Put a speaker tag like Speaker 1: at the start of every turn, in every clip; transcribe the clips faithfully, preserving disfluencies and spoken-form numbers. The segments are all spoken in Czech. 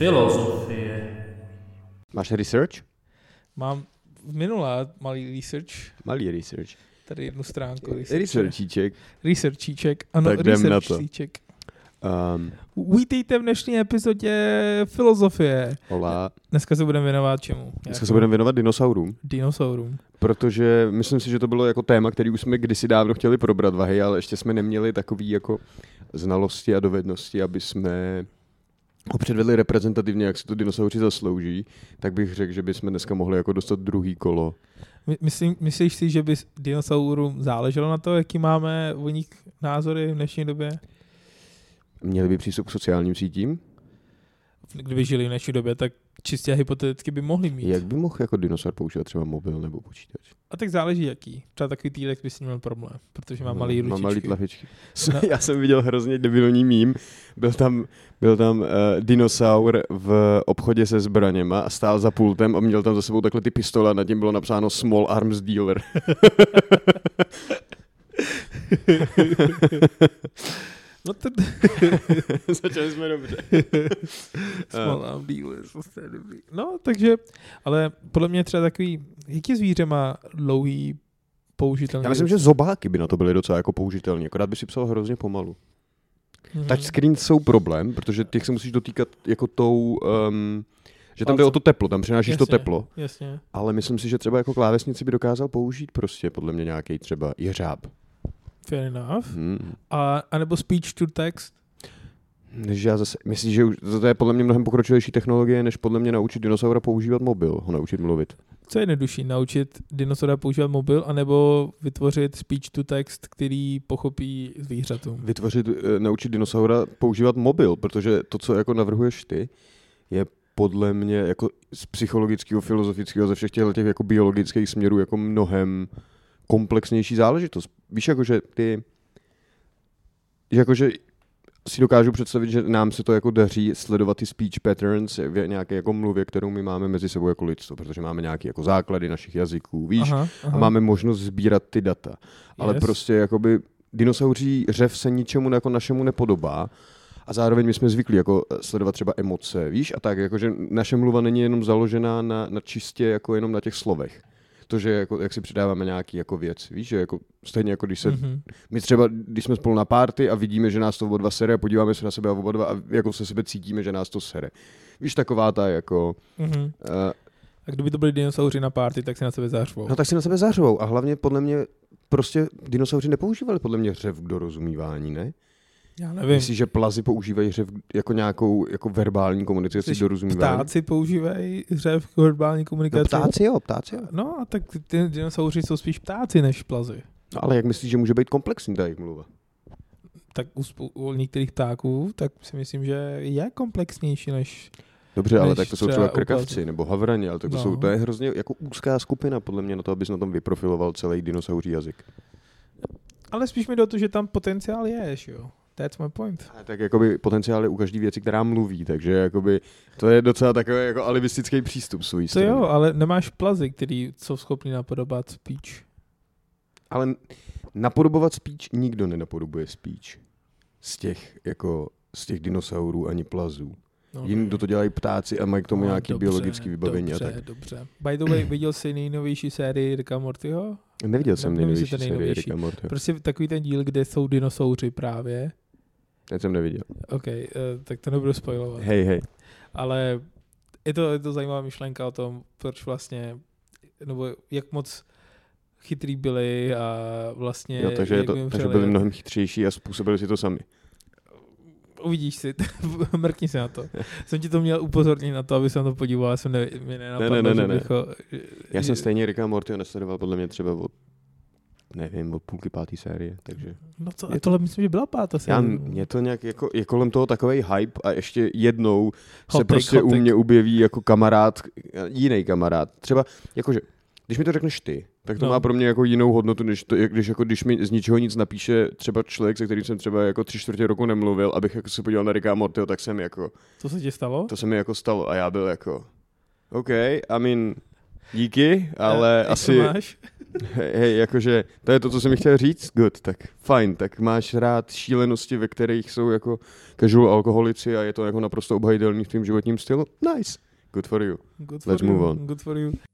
Speaker 1: Filozofie.
Speaker 2: Máš research?
Speaker 3: Mám v minulé malý research.
Speaker 2: Malý research.
Speaker 3: Tady jednu stránku.
Speaker 2: Researchíček.
Speaker 3: Researchíček. Ano,
Speaker 2: tak jdem na to.
Speaker 3: researchíček.
Speaker 2: Um,
Speaker 3: Vítejte v dnešní epizodě Filozofie.
Speaker 2: Hola.
Speaker 3: Dneska se budeme věnovat čemu?
Speaker 2: Dneska se budeme věnovat dinosaurům.
Speaker 3: Dinosaurům.
Speaker 2: Protože myslím si, že to bylo jako téma, který už jsme kdysi dávno chtěli probrat, Vahy, ale ještě jsme neměli takový jako znalosti a dovednosti, aby jsme ho předvedli reprezentativně, jak si to dinosauři zaslouží, tak bych řekl, že bychom dneska mohli jako dostat druhý kolo.
Speaker 3: My, myslím, myslíš si, že by dinosaurům záleželo na to, jaký máme o nich názory v dnešní době?
Speaker 2: Měli by přístup k sociálním sítím?
Speaker 3: Kdyby žili v dnešní době, tak čistě hypoteticky by mohli mít.
Speaker 2: Jak by mohl jako dinosaur používat třeba mobil nebo počítač?
Speaker 3: A tak záleží jaký. Třeba takový týlek by s ním měl problém, protože má malý ručičky.
Speaker 2: Má malý tlapičky. No. Já jsem viděl hrozně debilní mím. Byl tam, byl tam uh, dinosaur v obchodě se zbraněma a stál za pultem a měl tam za sebou takhle ty pistole a nad tím bylo napsáno Small Arms Dealer.
Speaker 3: No to...
Speaker 2: Začali jsme dobře.
Speaker 3: Small arm dealers, to je dobrý. No, takže, ale podle mě třeba takový, jaký zvíře má dlouhý použitelný?
Speaker 2: Já myslím, že zobáky by na to byly docela jako použitelný, akorát by si psal hrozně pomalu. Mm-hmm. Touchscreens jsou problém, protože těch se musíš dotýkat jako tou, um, že tam jde o to teplo, tam přinášíš jasně, to teplo.
Speaker 3: Jasně.
Speaker 2: Ale myslím si, že třeba jako klávesnici by dokázal použít prostě podle mě nějaký třeba jeřáb.
Speaker 3: Fair enough.
Speaker 2: Hmm.
Speaker 3: A, a nebo speech to text?
Speaker 2: Než já zase, myslím, že už, to je podle mě mnohem pokročilejší technologie, než podle mě naučit dinosaura používat mobil, ho naučit mluvit.
Speaker 3: Co je jednodušší, naučit dinosaura používat mobil, anebo vytvořit speech to text, který pochopí zvířatům?
Speaker 2: Vytvořit, naučit dinosaura používat mobil, protože to, co jako navrhuješ ty, je podle mě jako z psychologického, filozofického, ze všech těch, těch jako biologických směrů jako mnohem komplexnější záležitost. Víš, jakože ty, jakože si dokážu představit, že nám se to jako daří sledovat ty speech patterns v nějaké jako mluvě, kterou my máme mezi sebou jako lidstvo, protože máme nějaké jako základy našich jazyků, víš, aha, aha. A máme možnost sbírat ty data. Ale yes. prostě jakoby dinosauří řev se ničemu jako našemu nepodobá a zároveň my jsme zvyklí jako sledovat třeba emoce, víš, a tak, jakože naše mluva není jenom založená na, na čistě jako jenom na těch slovech. To, že jako, jak si přidáváme nějaký jako věc, víš, že jako stejně jako když se, mm-hmm. my třeba, když jsme spolu na party a vidíme, že nás to oba dva sere a podíváme se na sebe a oba dva a jako se sebe cítíme, že nás to sere. Víš, taková ta jako... Mm-hmm. Uh,
Speaker 3: a kdyby to byli dinosauři na party, tak si na sebe zařvou.
Speaker 2: No tak si na sebe zařvou a hlavně podle mě prostě dinosauři nepoužívali podle mě řev k dorozumívání, ne?
Speaker 3: Já nevím.
Speaker 2: Myslíš, že plazy používají řev jako nějakou jako verbální komunikaci do rozumívání?
Speaker 3: Ptáci používají řev k verbální komunikaci?
Speaker 2: No ptáci jo, ptáci jo.
Speaker 3: No a tak ty dinosauři jsou spíš ptáci než plazy.
Speaker 2: No ale jak myslíš, že může být komplexní ta jejich mluva?
Speaker 3: Tak u, spou- u některých ptáků, tak si myslím, že je komplexnější než...
Speaker 2: Dobře,
Speaker 3: než
Speaker 2: ale tak to jsou třeba krkavci
Speaker 3: uplazy.
Speaker 2: Nebo havrani, ale tak to, no. jsou, to je hrozně jako úzká skupina podle mě na to, abys na tom vyprofiloval celý dinosauří jazyk. Ale
Speaker 3: spíš mi do toho, že tam potenciál je, jo. That's my point.
Speaker 2: A tak jakoby potenciál je u každý věci, která mluví, takže jakoby to je docela takový jako alibistický přístup svůj strany.
Speaker 3: To jo, ale nemáš plazy, který jsou schopný napodobovat speech.
Speaker 2: Ale napodobovat speech nikdo nenapodobuje speech. Z těch, jako, z těch dinosaurů ani plazů. No, Jiný to dělají ptáci a mají k tomu no, nějaký dobře, biologický vybavení.
Speaker 3: Dobře,
Speaker 2: a tak.
Speaker 3: dobře. By the way, viděl jsi nejnovější sérii Ricka Mortyho?
Speaker 2: Neviděl jsem nejnovější sérii Ricka Mortyho.
Speaker 3: Prostě takový ten díl, kde jsou dinosauři právě.
Speaker 2: Ten jsem neviděl.
Speaker 3: OK, uh, tak to nebudu spoilovat.
Speaker 2: Hej, hej.
Speaker 3: Ale je to, je to zajímavá myšlenka o tom, proč vlastně, nebo jak moc chytrý byli a vlastně...
Speaker 2: Jo, takže, je to, takže byli mnohem chytřejší a způsobili si to sami.
Speaker 3: Uvidíš si, mrkni se na to. Jsem ti to měl upozornit na to, aby jsem to podíval, já jsem ne, mě nenapadlo,
Speaker 2: ne, ne, ne, ne.
Speaker 3: že bych ho...
Speaker 2: Já jsem stejně Ricka Mortyho nesledoval podle mě třeba od, nevím, od půlky páté série, takže...
Speaker 3: No co, a tohle myslím, že byla pátá série.
Speaker 2: Já, mě to nějak, jako, je kolem toho takovej hype a ještě jednou hot se take, prostě u mě objeví jako kamarád, jiný kamarád. Třeba, jakože, když mi to řekneš ty, tak to no. má pro mě jako jinou hodnotu, než to, když, jako, když mi z ničeho nic napíše třeba člověk, se kterým jsem třeba jako tři čtvrtě roku nemluvil, abych jako se podíval na Ricka Mortyho, tak jsem jako...
Speaker 3: To se ti stalo?
Speaker 2: To se mi jako stalo a já byl jako... OK, I mean, díky, ale
Speaker 3: a,
Speaker 2: asi...
Speaker 3: máš?
Speaker 2: Hej, hej, jakože, to je to, co jsem mi chtěl říct, good, tak fajn, tak máš rád šílenosti, ve kterých jsou jako casual alkoholici a je to jako naprosto obhajitelný v tvým životním stylu? Nice, good for you.
Speaker 3: Good for
Speaker 2: Let's
Speaker 3: you.
Speaker 2: move on.
Speaker 3: Good for you.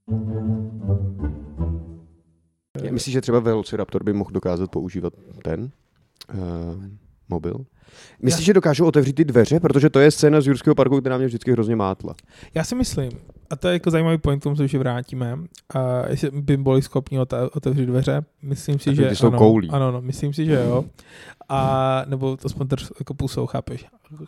Speaker 2: Myslíš, že třeba Velociraptor by mohl dokázat používat ten uh, mobil? Myslíš, že dokážou otevřít ty dveře? Protože to je scéna z Jurského parku, která mě vždycky hrozně mátla.
Speaker 3: Já si myslím, a to je jako zajímavý point, k tomu se už vrátíme, a jestli by byli schopni otevřít dveře, myslím si,
Speaker 2: tak
Speaker 3: že
Speaker 2: ty jsou
Speaker 3: ano,
Speaker 2: koulí.
Speaker 3: ano, no, myslím si, že jo. A nebo to aspoň jako pusou, chápeš?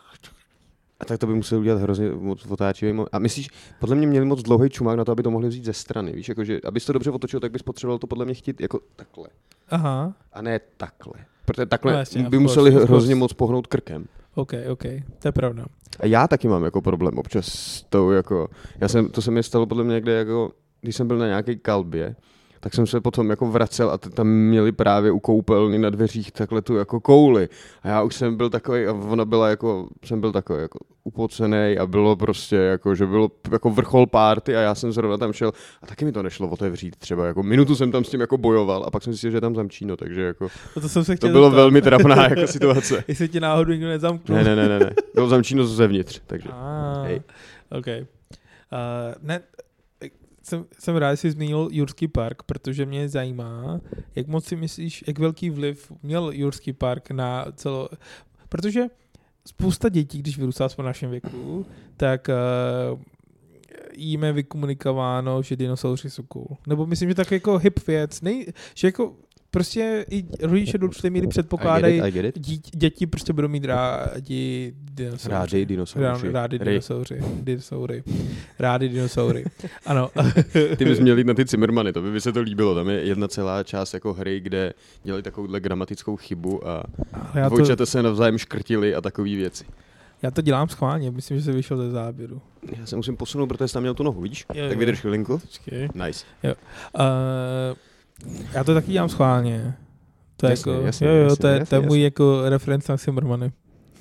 Speaker 2: A tak to by musel udělat hrozně moc otáčivý. A myslíš, podle mě měli moc dlouhý čumák na to, aby to mohli vzít ze strany, víš, jakože, abys to dobře otočil, tak bys potřeboval to podle mě chtít jako takhle.
Speaker 3: Aha.
Speaker 2: A ne takhle. Protože takhle
Speaker 3: no, jasně,
Speaker 2: by museli course, hrozně moc pohnout krkem.
Speaker 3: OK, OK, to je pravda.
Speaker 2: A já taky mám jako problém občas s tou jako, já jsem, to se mi stalo podle mě někde jako, když jsem byl na nějaké kalbě, tak jsem se potom jako vracel a tam měli právě u koupelny na dveřích takhle tu jako kouli. A já už jsem byl takový, a ona byla jako, jsem byl takový jako upocený a bylo prostě jako, že bylo jako vrchol party a já jsem zrovna tam šel a taky mi to nešlo otevřít třeba, jako minutu jsem tam s tím jako bojoval a pak jsem zjistil, že je tam zamčíno, takže jako
Speaker 3: no to, jsem se
Speaker 2: to bylo dostat. Velmi trapná jako situace.
Speaker 3: Jestli ti náhodou nikdo nezamknul.
Speaker 2: Ne, ne, ne, ne, ne. Bylo zamčíno zevnitř, takže.
Speaker 3: Ah,
Speaker 2: hej.
Speaker 3: OK. Uh, ne, Jsem, jsem rád, že jsi zmínil Jurský park, protože mě zajímá, jak moc si myslíš, jak velký vliv měl Jurský park na celo... Protože spousta dětí, když vyrůstá po našem věku, tak uh, jim je vykomunikováno, že dinosauři jsou cool. Nebo myslím, že tak jako hip věc, nej, že jako prostě i rodiče do určité míry předpokládají, děti prostě budou mít rádi dinosauři.
Speaker 2: Rádi dinosauři.
Speaker 3: Rádi dinosauři. Dinosaury. Rádi dinosaury. Ano.
Speaker 2: Ty bys měl jít na ty Zimmermany, to by, by se to líbilo. Tam je jedna celá část jako hry, kde dělají takovouhle gramatickou chybu a dvojčata to... se navzájem škrtili a takové věci.
Speaker 3: Já to dělám schválně, myslím, že se vyšel ze záběru.
Speaker 2: Já se musím posunout, protože jsi tam měl tu nohu, vidíš?
Speaker 3: Jo,
Speaker 2: tak vydrž chvilinku.
Speaker 3: Počkej.
Speaker 2: Nice.
Speaker 3: Jo. Uh, já to taky dělám schválně. To je
Speaker 2: jasně,
Speaker 3: jako,
Speaker 2: jasně,
Speaker 3: jo, jo,
Speaker 2: jasně,
Speaker 3: to je,
Speaker 2: jasně,
Speaker 3: to je můj
Speaker 2: jasně.
Speaker 3: jako reference na Zimmermany.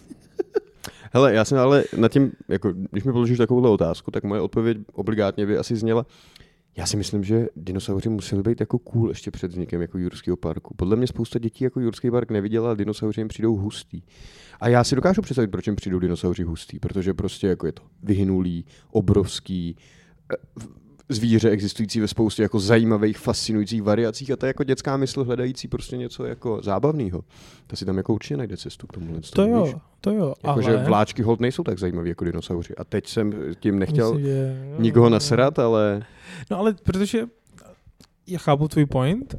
Speaker 2: Hele, já jsem ale nad tím, jako, když mi položíš takovouhle otázku, tak moje odpověď obligátně by asi zněla, já si myslím, že dinosauři museli být jako cool ještě před vznikem jako Jurského parku. Podle mě spousta dětí jako Jurský park neviděla, a dinosauři jim přijdou hustý. A já si dokážu představit, proč jim přijdou dinosauři hustý, protože prostě jako je to vyhynulý, obrovský, zvíře existující ve spoustě jako zajímavých, fascinujících variacích a to je jako dětská mysl hledající prostě něco jako zábavného. Ta si tam jako určitě najde cestu k tomuhle.
Speaker 3: To jo, víš? to jo,
Speaker 2: jako,
Speaker 3: ale...
Speaker 2: že vláčky hold nejsou tak zajímaví jako dinosauři. A teď jsem tím nechtěl
Speaker 3: Myslím, že...
Speaker 2: nikoho nasrat, ale...
Speaker 3: No ale protože já chápu tvůj point,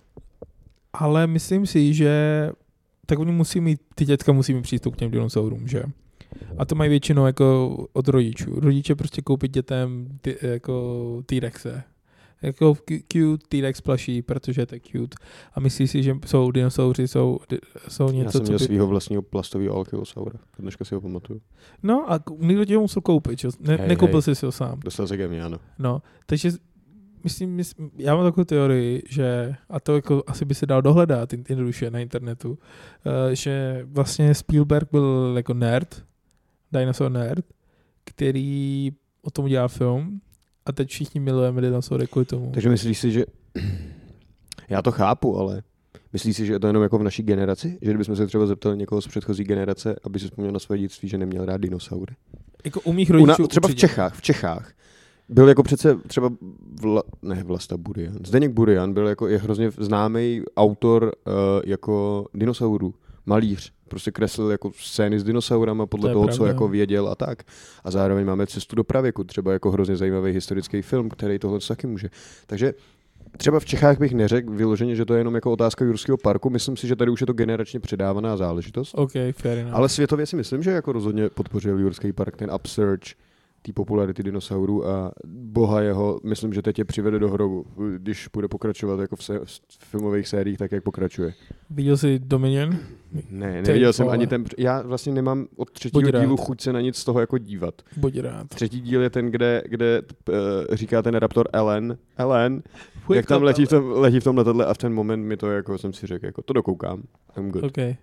Speaker 3: ale myslím si, že tak oni musí mít, ty děcka musí mít přístup k těm dinosaurům, že? A to mají většinou jako od rodičů. Rodiče prostě koupí dětem ty, jako T-Rexe. Jako cute T-Rex plaší, protože je to cute. A myslí si, že jsou dinosauři, jsou, jsou něco,
Speaker 2: Já jsem
Speaker 3: co
Speaker 2: měl
Speaker 3: by...
Speaker 2: svýho vlastního plastového alkylosaura. Dneška si ho pamatuju.
Speaker 3: No a někdo tě ho musel koupit, čo? Ne,
Speaker 2: hej,
Speaker 3: nekoupil
Speaker 2: hej.
Speaker 3: jsi ho sám.
Speaker 2: Dostal se ke mně, ano.
Speaker 3: No, takže myslím, myslím, já mám takovou teorii, že, a to jako asi by se dal dohledat jednoduše na internetu, uh, že vlastně Spielberg byl jako nerd, dinosaur nerd, který o tom udělal film a teď všichni milujeme dinosaury kvůli tomu.
Speaker 2: Takže myslíš si, že... Já to chápu, ale myslíš si, že je to jenom jako v naší generaci? Že kdybychom se třeba zeptali někoho z předchozí generace, aby si vzpomněl na své dětství, že neměl rád dinosaury?
Speaker 3: Jako u mých rodičů
Speaker 2: Una, třeba
Speaker 3: určitě.
Speaker 2: v Čechách, v Čechách. Byl jako přece třeba, vla, ne Vlasta Burian, Zdeněk Burian byl jako, je hrozně známý autor uh, jako dinosaurů, malíř. Prostě kreslil jako scény s dinosaurama podle to toho, pravda. Co jako věděl a tak. A zároveň máme Cestu do pravěku, třeba jako hrozně zajímavý historický film, který tohle taky může. Takže třeba v Čechách bych neřekl vyloženě, že to je jenom jako otázka Jurského parku. Myslím si, že tady už je to generačně předávaná záležitost.
Speaker 3: Okay, fair enough.
Speaker 2: Ale světově si myslím, že jako rozhodně podpořil Jurský park ten upsurge té popularity dinosaurů a boha jeho, myslím, že teď je přivede do hrobu, když bude pokračovat jako v, se, v filmových sériích, tak jak pokračuje.
Speaker 3: Viděl jsi Dominion?
Speaker 2: Ne, neviděl jsem ani ten, já vlastně nemám od třetího dílu chuť se na nic z toho jako dívat.
Speaker 3: Buď rád.
Speaker 2: Třetí díl je ten, kde, kde uh, říká ten raptor Ellen, Ellen, Wake jak tam letí v, tom, letí v tom letadle a v ten moment mi to jako jsem si řekl, jako to dokoukám, I'm good.
Speaker 3: Okay.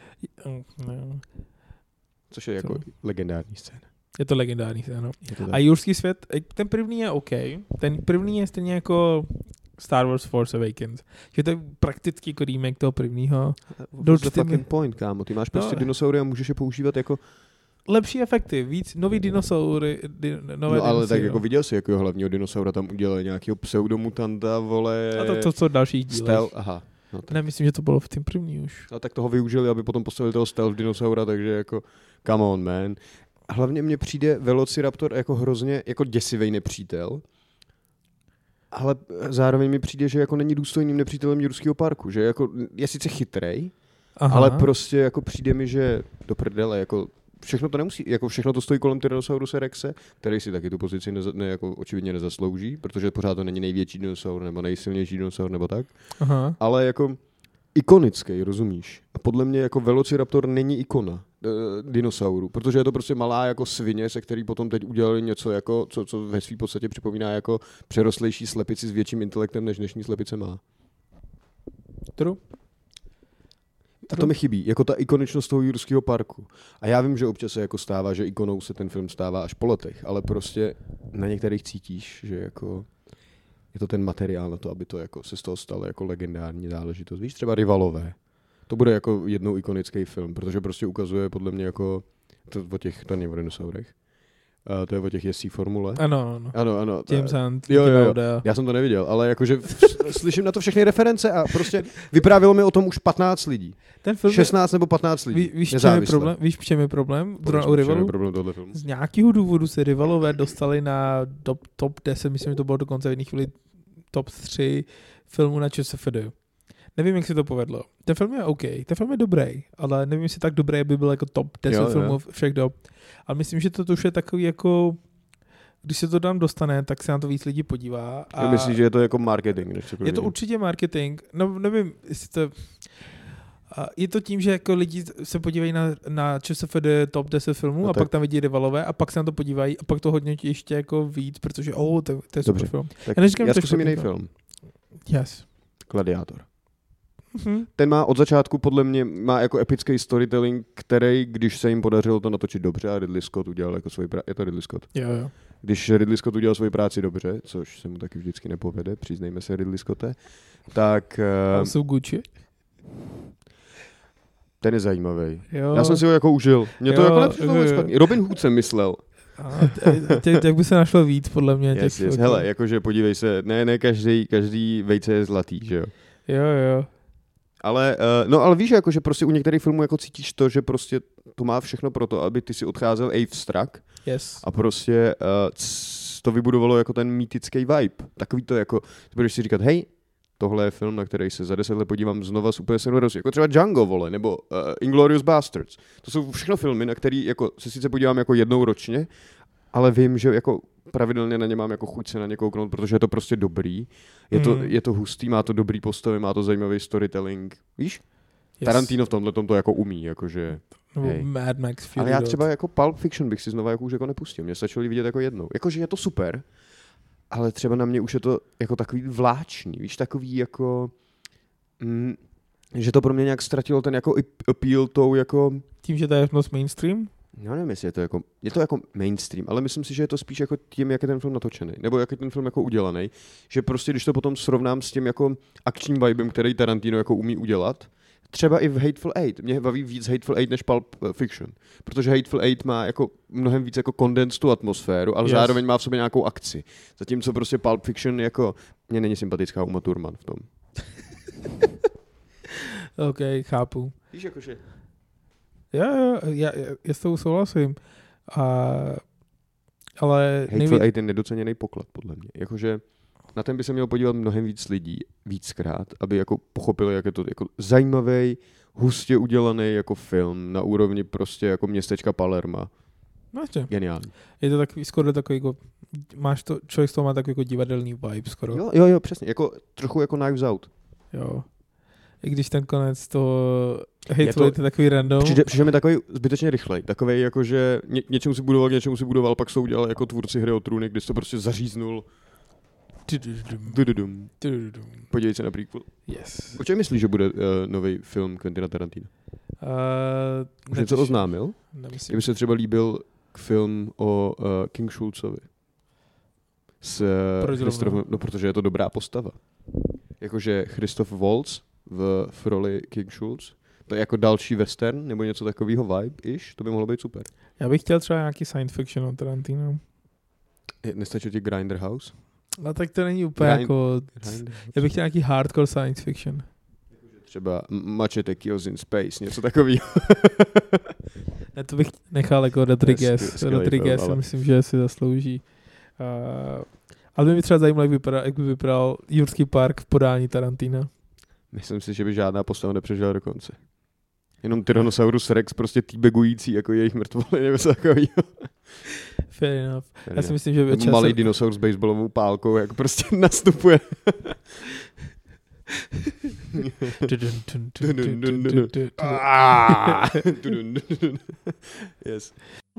Speaker 3: No.
Speaker 2: Což je jako to. Legendární scéna.
Speaker 3: Je to legendární, ano. A Jurský svět, ten první je OK. Ten první je stejně jako Star Wars Force Awakens. Že to je prakticky jako remake toho prvního.
Speaker 2: What's the fucking point, kámo? Ty máš prostě no. dinosaury a můžeš je používat jako...
Speaker 3: Lepší efekty, víc nový dinosaury, di, nové
Speaker 2: No ale
Speaker 3: dinosaury.
Speaker 2: tak jako viděl jsi, jakého hlavního dinosaura tam udělali, nějakého pseudomutanta, vole...
Speaker 3: A to, to co dalších dílech.
Speaker 2: Stel, aha. No
Speaker 3: ne, myslím, že to bylo v tím první už.
Speaker 2: No tak toho využili, aby potom postavili toho stealth dinosaura, takže jako come on, man. Hlavně mně přijde Velociraptor jako hrozně jako děsivej nepřítel, ale zároveň mi přijde, že jako není důstojným nepřítelem Jurského parku, že jako je sice chytrej, aha. ale prostě jako přijde mi, že do prdele, jako všechno to nemusí, jako všechno to stojí kolem Tyrannosauruse Rexe, který si taky tu pozici ne, ne, jako očividně nezaslouží, protože pořád to není největší dinosaur nebo nejsilnější dinosaur nebo tak, aha. ale jako ikonický, rozumíš? A podle mě jako Velociraptor není ikona e, dinosauru, protože je to prostě malá jako svině, se který potom teď udělali něco, jako, co, co ve svý podstatě připomíná jako přerostlejší slepici s větším intelektem, než dnešní slepice má.
Speaker 3: True.
Speaker 2: A to mi chybí, jako ta ikoničnost toho Jurského parku. A já vím, že občas se jako stává, že ikonou se ten film stává až po letech, ale prostě na některých cítíš, že jako je to ten materiál na to, aby to jako se z toho stalo jako legendární záležitost. Víš, třeba Rivalové. To bude jako jednou ikonický film, protože prostě ukazuje podle mě jako to o těch, to není o dinosaurech. Uh, to je o těch jezdcí formule.
Speaker 3: Ano, ano.
Speaker 2: Ano, ano.
Speaker 3: James Hunt.
Speaker 2: Jo, jo, jo. Já jsem to neviděl, ale jakože slyším na to všechny reference a prostě vyprávělo mi o tom už patnáct lidí. Ten film šestnáct nebo patnáct lidí.
Speaker 3: Ví, víš, čem je problém? Víš, v čem je problém? U Rivalu? Z nějakého důvodu se Rivalové dostali na top, top deset, myslím, že to bylo dokonce v jedné chvíli top tři filmů na ČSFD. Nevím, jak se to povedlo. Ten film je OK, ten film je dobrý, ale nevím, jestli tak dobrý, aby byl jako top deset jo, filmů jo. všech dob. Ale myslím, že to už je takový jako, když se to tam dostane, tak se na to víc lidí podívá. A
Speaker 2: myslíš, že je to jako marketing? Než
Speaker 3: je to určitě marketing. No nevím, jestli to... Je to tím, že jako lidi se podívají na, na ČSFD top deset filmů no a tak. Pak tam vidí Rivalové a pak se na to podívají a pak to hodně ještě jako víc, protože oh, to, to je super Dobře. Film.
Speaker 2: Tak já neříkám, já zkusím jiný film.
Speaker 3: Yes.
Speaker 2: Gladiátor. Mm-hmm. Ten má od začátku podle mě má jako epický storytelling, který, když se jim podařilo to natočit dobře a Ridley Scott udělal jako svoji práci, je to Ridley Scott?
Speaker 3: Jo, jo.
Speaker 2: Když Ridley Scott udělal svoji práci dobře, což se mu taky vždycky nepovede, přiznejme se Ridley Scotte, tak...
Speaker 3: Uh, jsou Gucci?
Speaker 2: Ten je zajímavý. Jo. Já jsem si ho jako užil. Mě to jo, jako nepřišlo špatný. Robin Hood jsem myslel.
Speaker 3: Tak by se našlo víc, podle mě.
Speaker 2: Yes, yes. Hele, jakože podívej se, ne, ne každý, každý vejce je zlatý, že jo?
Speaker 3: Jo, jo.
Speaker 2: Ale, uh, no ale víš, jako, že prostě u některých filmů jako cítíš to, že prostě to má všechno pro to, aby ty si odcházel ej vstrak
Speaker 3: yes.
Speaker 2: a prostě uh, c, to vybudovalo jako ten mýtický vibe. Takový to jako, budeš si říkat, hej, tohle je film, na který se za deset let podívám znova s úplně stejnou radostí. Jako třeba Django, vole, nebo uh, Inglourious Basterds. To jsou všechno filmy, na který jako, se sice podívám jako jednou ročně, ale vím, že jako pravidelně na ně mám jako chuť se na ně kouknout, protože je to prostě dobrý. Je, mm. to, je to hustý, má to dobrý postavy, má to zajímavý storytelling. Víš? Yes. Tarantino v tomhle tom to jako umí, jakože...
Speaker 3: Mad Max Fury
Speaker 2: ale já třeba jako Pulp Fiction bych si znova jako už jako nepustil. Mě stačilo vidět jako jednou. Jakože je to super, ale třeba na mě už je to jako takový vláčný, víš, takový jako... Mm, že to pro mě nějak ztratilo ten jako appeal tou jako...
Speaker 3: Tím, že to je moc mainstream?
Speaker 2: Já nevím, jestli je to jako, je to jako mainstream, ale myslím si, že je to spíš jako tím, jak je ten film natočený, nebo jak je ten film jako udělaný, že prostě když to potom srovnám s tím jako akčním vibem, který Tarantino jako umí udělat, třeba i v Hateful Eight, mě baví víc Hateful Eight než Pulp Fiction, protože Hateful Eight má jako mnohem víc jako condensed tu atmosféru, ale yes. zároveň má v sobě nějakou akci, zatímco prostě Pulp Fiction jako, mě není sympatická Uma Thurman v tom.
Speaker 3: OK, chápu.
Speaker 2: Víš, jakože...
Speaker 3: Já, já, já, já s tou souhlasím. A, ale...
Speaker 2: Hateful nejví... Eight je nedoceněný poklad, podle mě. Jakože na ten by se měl podívat mnohem víc lidí, víckrát, aby jako pochopili, jak je to jako zajímavý, hustě udělaný jako film na úrovni prostě jako městečka Palerma.
Speaker 3: Vlastně.
Speaker 2: Geniální.
Speaker 3: Je to takový, skoro takový, jako, máš to, člověk z toho má takový jako divadelný vibe skoro.
Speaker 2: Jo, jo, jo, přesně. Jako, trochu jako Knives Out.
Speaker 3: Jo. I když ten konec toho Hateful Eight je takový random.
Speaker 2: Přišel, přišel mi takový zbytečně rychlej. Takový jako, že ně, něčemu si budoval, něčemu si budoval, pak se udělal jako tvůrci Hry o trůny, kdy jsi to prostě zaříznul. Podívej se na prequel.
Speaker 3: Yes.
Speaker 2: O čem myslíš, že bude uh, nový film Quentina Tarantina? Uh, Už něco oznámil?
Speaker 3: Nemyslím.
Speaker 2: Kdyby se třeba líbil film o uh, King Schultzovi. S, uh, no, protože je to dobrá postava. jakože Christoph Waltz v, v roli King Schultz. To je jako další western, nebo něco takového vibe-ish, to by mohlo být super.
Speaker 3: Já bych chtěl třeba nějaký science fiction od Tarantino.
Speaker 2: Nestačí ti Grindr House?
Speaker 3: No tak to není úplně Grind, jako... Grind, já bych chtěl nějaký hardcore science fiction.
Speaker 2: Třeba Machete Kills in Space, něco takového.
Speaker 3: Ne, to bych nechal jako Rodriguez. Rodriguez si myslím, že si zaslouží. Uh, ale mě by třeba zajímalo, jak, vypadá, jak by vypadal Jurský park v podání Tarantina.
Speaker 2: Myslím si, že by žádná postava nepřežila do konce. Jenom Tyrannosaurus Rex prostě týbegující jako jejich mrtvoly, nebo se takovýho.
Speaker 3: Fair enough. Fair Já si myslím, že
Speaker 2: čas... Malý dinosaur s baseballovou pálkou, jak prostě nastupuje. Yes.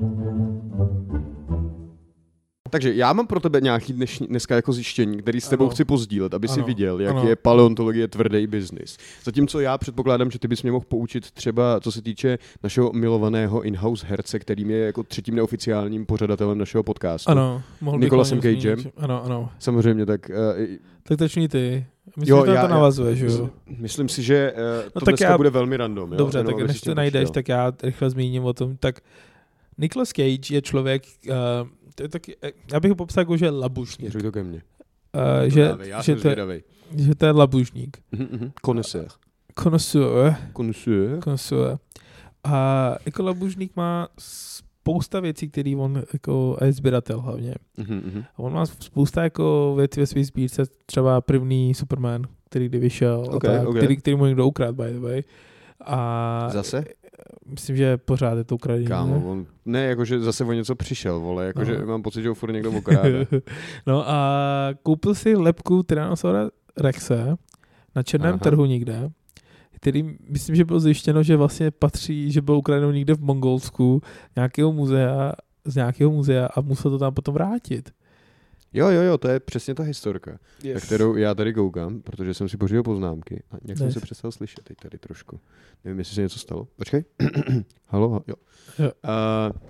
Speaker 2: Takže já mám pro tebe nějaký dnešní, dneska jako zjištění, který s tebou ano. chci pozdílet, aby ano. si viděl, jak ano. je paleontologie tvrdý biznis. Zatímco já předpokládám, že ty bys mě mohl poučit třeba, co se týče našeho milovaného in-house herce, kterým je jako třetím neoficiálním pořadatelem našeho podcastu.
Speaker 3: Ano, mohl bych
Speaker 2: Nicolasem Cagem.
Speaker 3: Ano, ano.
Speaker 2: Samozřejmě, tak... Uh,
Speaker 3: tak začni ty. Myslím, jo, že to navazuje, že jo?
Speaker 2: Myslím si, že uh, to no, dneska já... bude velmi random.
Speaker 3: Dobře,
Speaker 2: jo?
Speaker 3: tak než to najdeš, tak já rychle zmíním o tom. Tak Nicolas Cage je člověk... Uh, To je taky, já bych ho popsal jako, že je labušník.
Speaker 2: Směřuj to ke mně.
Speaker 3: Uh, že,
Speaker 2: já
Speaker 3: že,
Speaker 2: to,
Speaker 3: že to je labušník.
Speaker 2: Connoisseur.
Speaker 3: Connoisseur.
Speaker 2: Connoisseur.
Speaker 3: Connoisseur. A jako labušník má spousta věcí, které on jako je sběratel hlavně. Uh-huh. A on má spousta jako věcí ve své sbírce, třeba první Superman, který kdy vyšel,
Speaker 2: okay,
Speaker 3: a tak,
Speaker 2: okay.
Speaker 3: který, který mu někdo ukrát, by the way. A
Speaker 2: zase?
Speaker 3: Myslím, že pořád je to ukradený.
Speaker 2: Kámo, on, ne, jakože zase o něco přišel, vole, jakože no. mám pocit, že ho furt někdo okrádá.
Speaker 3: No a koupil si lepku Tyrannosaura Rexe na černém Aha. trhu někde, který myslím, že bylo zjištěno, že vlastně patří, že byl ukradený někde v Mongolsku nějakého muzea, z nějakého muzea a musel to tam potom vrátit.
Speaker 2: Jo, jo, jo, to je přesně ta historka, yes. na kterou já tady koukám, protože jsem si pořídil poznámky a nějak jsem se přestal slyšet teď tady trošku. Nevím, jestli se něco stalo. Počkej. Halo, jo. jo. Uh,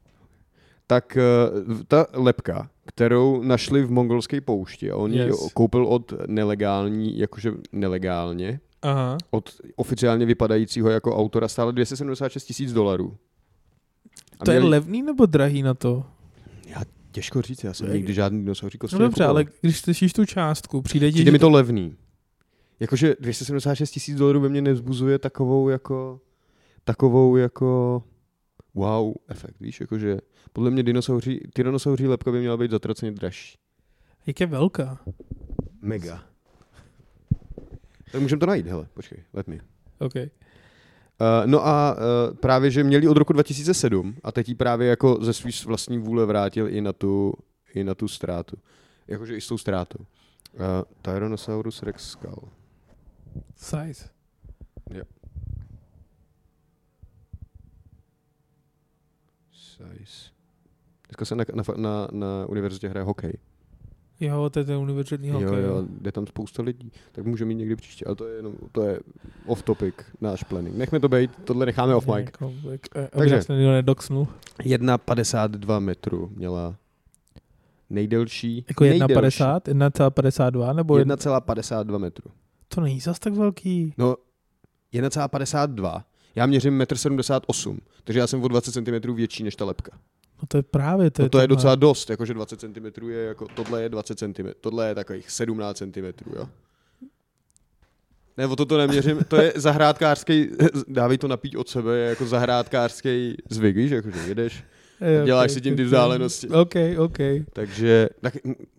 Speaker 2: tak uh, ta lepka, kterou našli v mongolské poušti a on yes. ji koupil od nelegální, jakože nelegálně, Aha. od oficiálně vypadajícího jako autora stále dvě stě sedmdesát šest tisíc dolarů.
Speaker 3: A to měli... je levný nebo drahý na to?
Speaker 2: Já těžko říct, já jsem nikdy žádný dinosauří kostý.
Speaker 3: No dobře, ale když slyšíš tu částku, přijde ti...
Speaker 2: Přijde mi to levný. Jakože dvě stě sedmdesát šest tisíc dolarů ve mně nevzbuzuje takovou jako... Takovou jako... Wow efekt, víš, jakože... Podle mě dinosauří, tyrannosauří lepka by měla být zatraceně dražší.
Speaker 3: Jak je velká?
Speaker 2: Mega. Tak můžeme to najít, hele, počkej, let me.
Speaker 3: OK.
Speaker 2: Uh, no a uh, právě, že měli od roku dva tisíce sedm a teď ji právě jako ze svý vlastní vůle vrátil i na tu, i na tu ztrátu. Jakože i s tou ztrátou. Uh, Tyrannosaurus Rex Skull.
Speaker 3: Size.
Speaker 2: Jo. Size. Dneska se na, na, na, na univerzitě hraje hokej.
Speaker 3: Jo, to je ten univerzitní hokej.
Speaker 2: Jo, jo, jde tam spousta lidí. Tak můžeme mít někdy příště, ale to je jenom, to je off topic, náš planning. Nechme to být, tohle necháme off mic.
Speaker 3: Takže
Speaker 2: jedna padesát dva metru měla nejdelší.
Speaker 3: Jako jedna padesát? jedna celá padesát dva? Nebo
Speaker 2: jedna celá padesát dva metru.
Speaker 3: To není zas tak velký.
Speaker 2: No, jedna celá padesát dva. Já měřím jedna sedmdesát osm, takže já jsem o dvacet centimetrů větší než ta lepka.
Speaker 3: No to je právě... To,
Speaker 2: no
Speaker 3: je,
Speaker 2: to je docela dost, jakože dvacet centimetrů je jako, tohle je dvacet centimetrů, tohle je takových sedmnáct centimetrů, jo? Ne, o toto neměřím, to je zahrádkářský, dávej to napít od sebe, je jako zahrádkářský zvyk, víš, jakože jedeš, a děláš okay, si tím ty vzdálenosti.
Speaker 3: OK, OK.
Speaker 2: Takže, tak,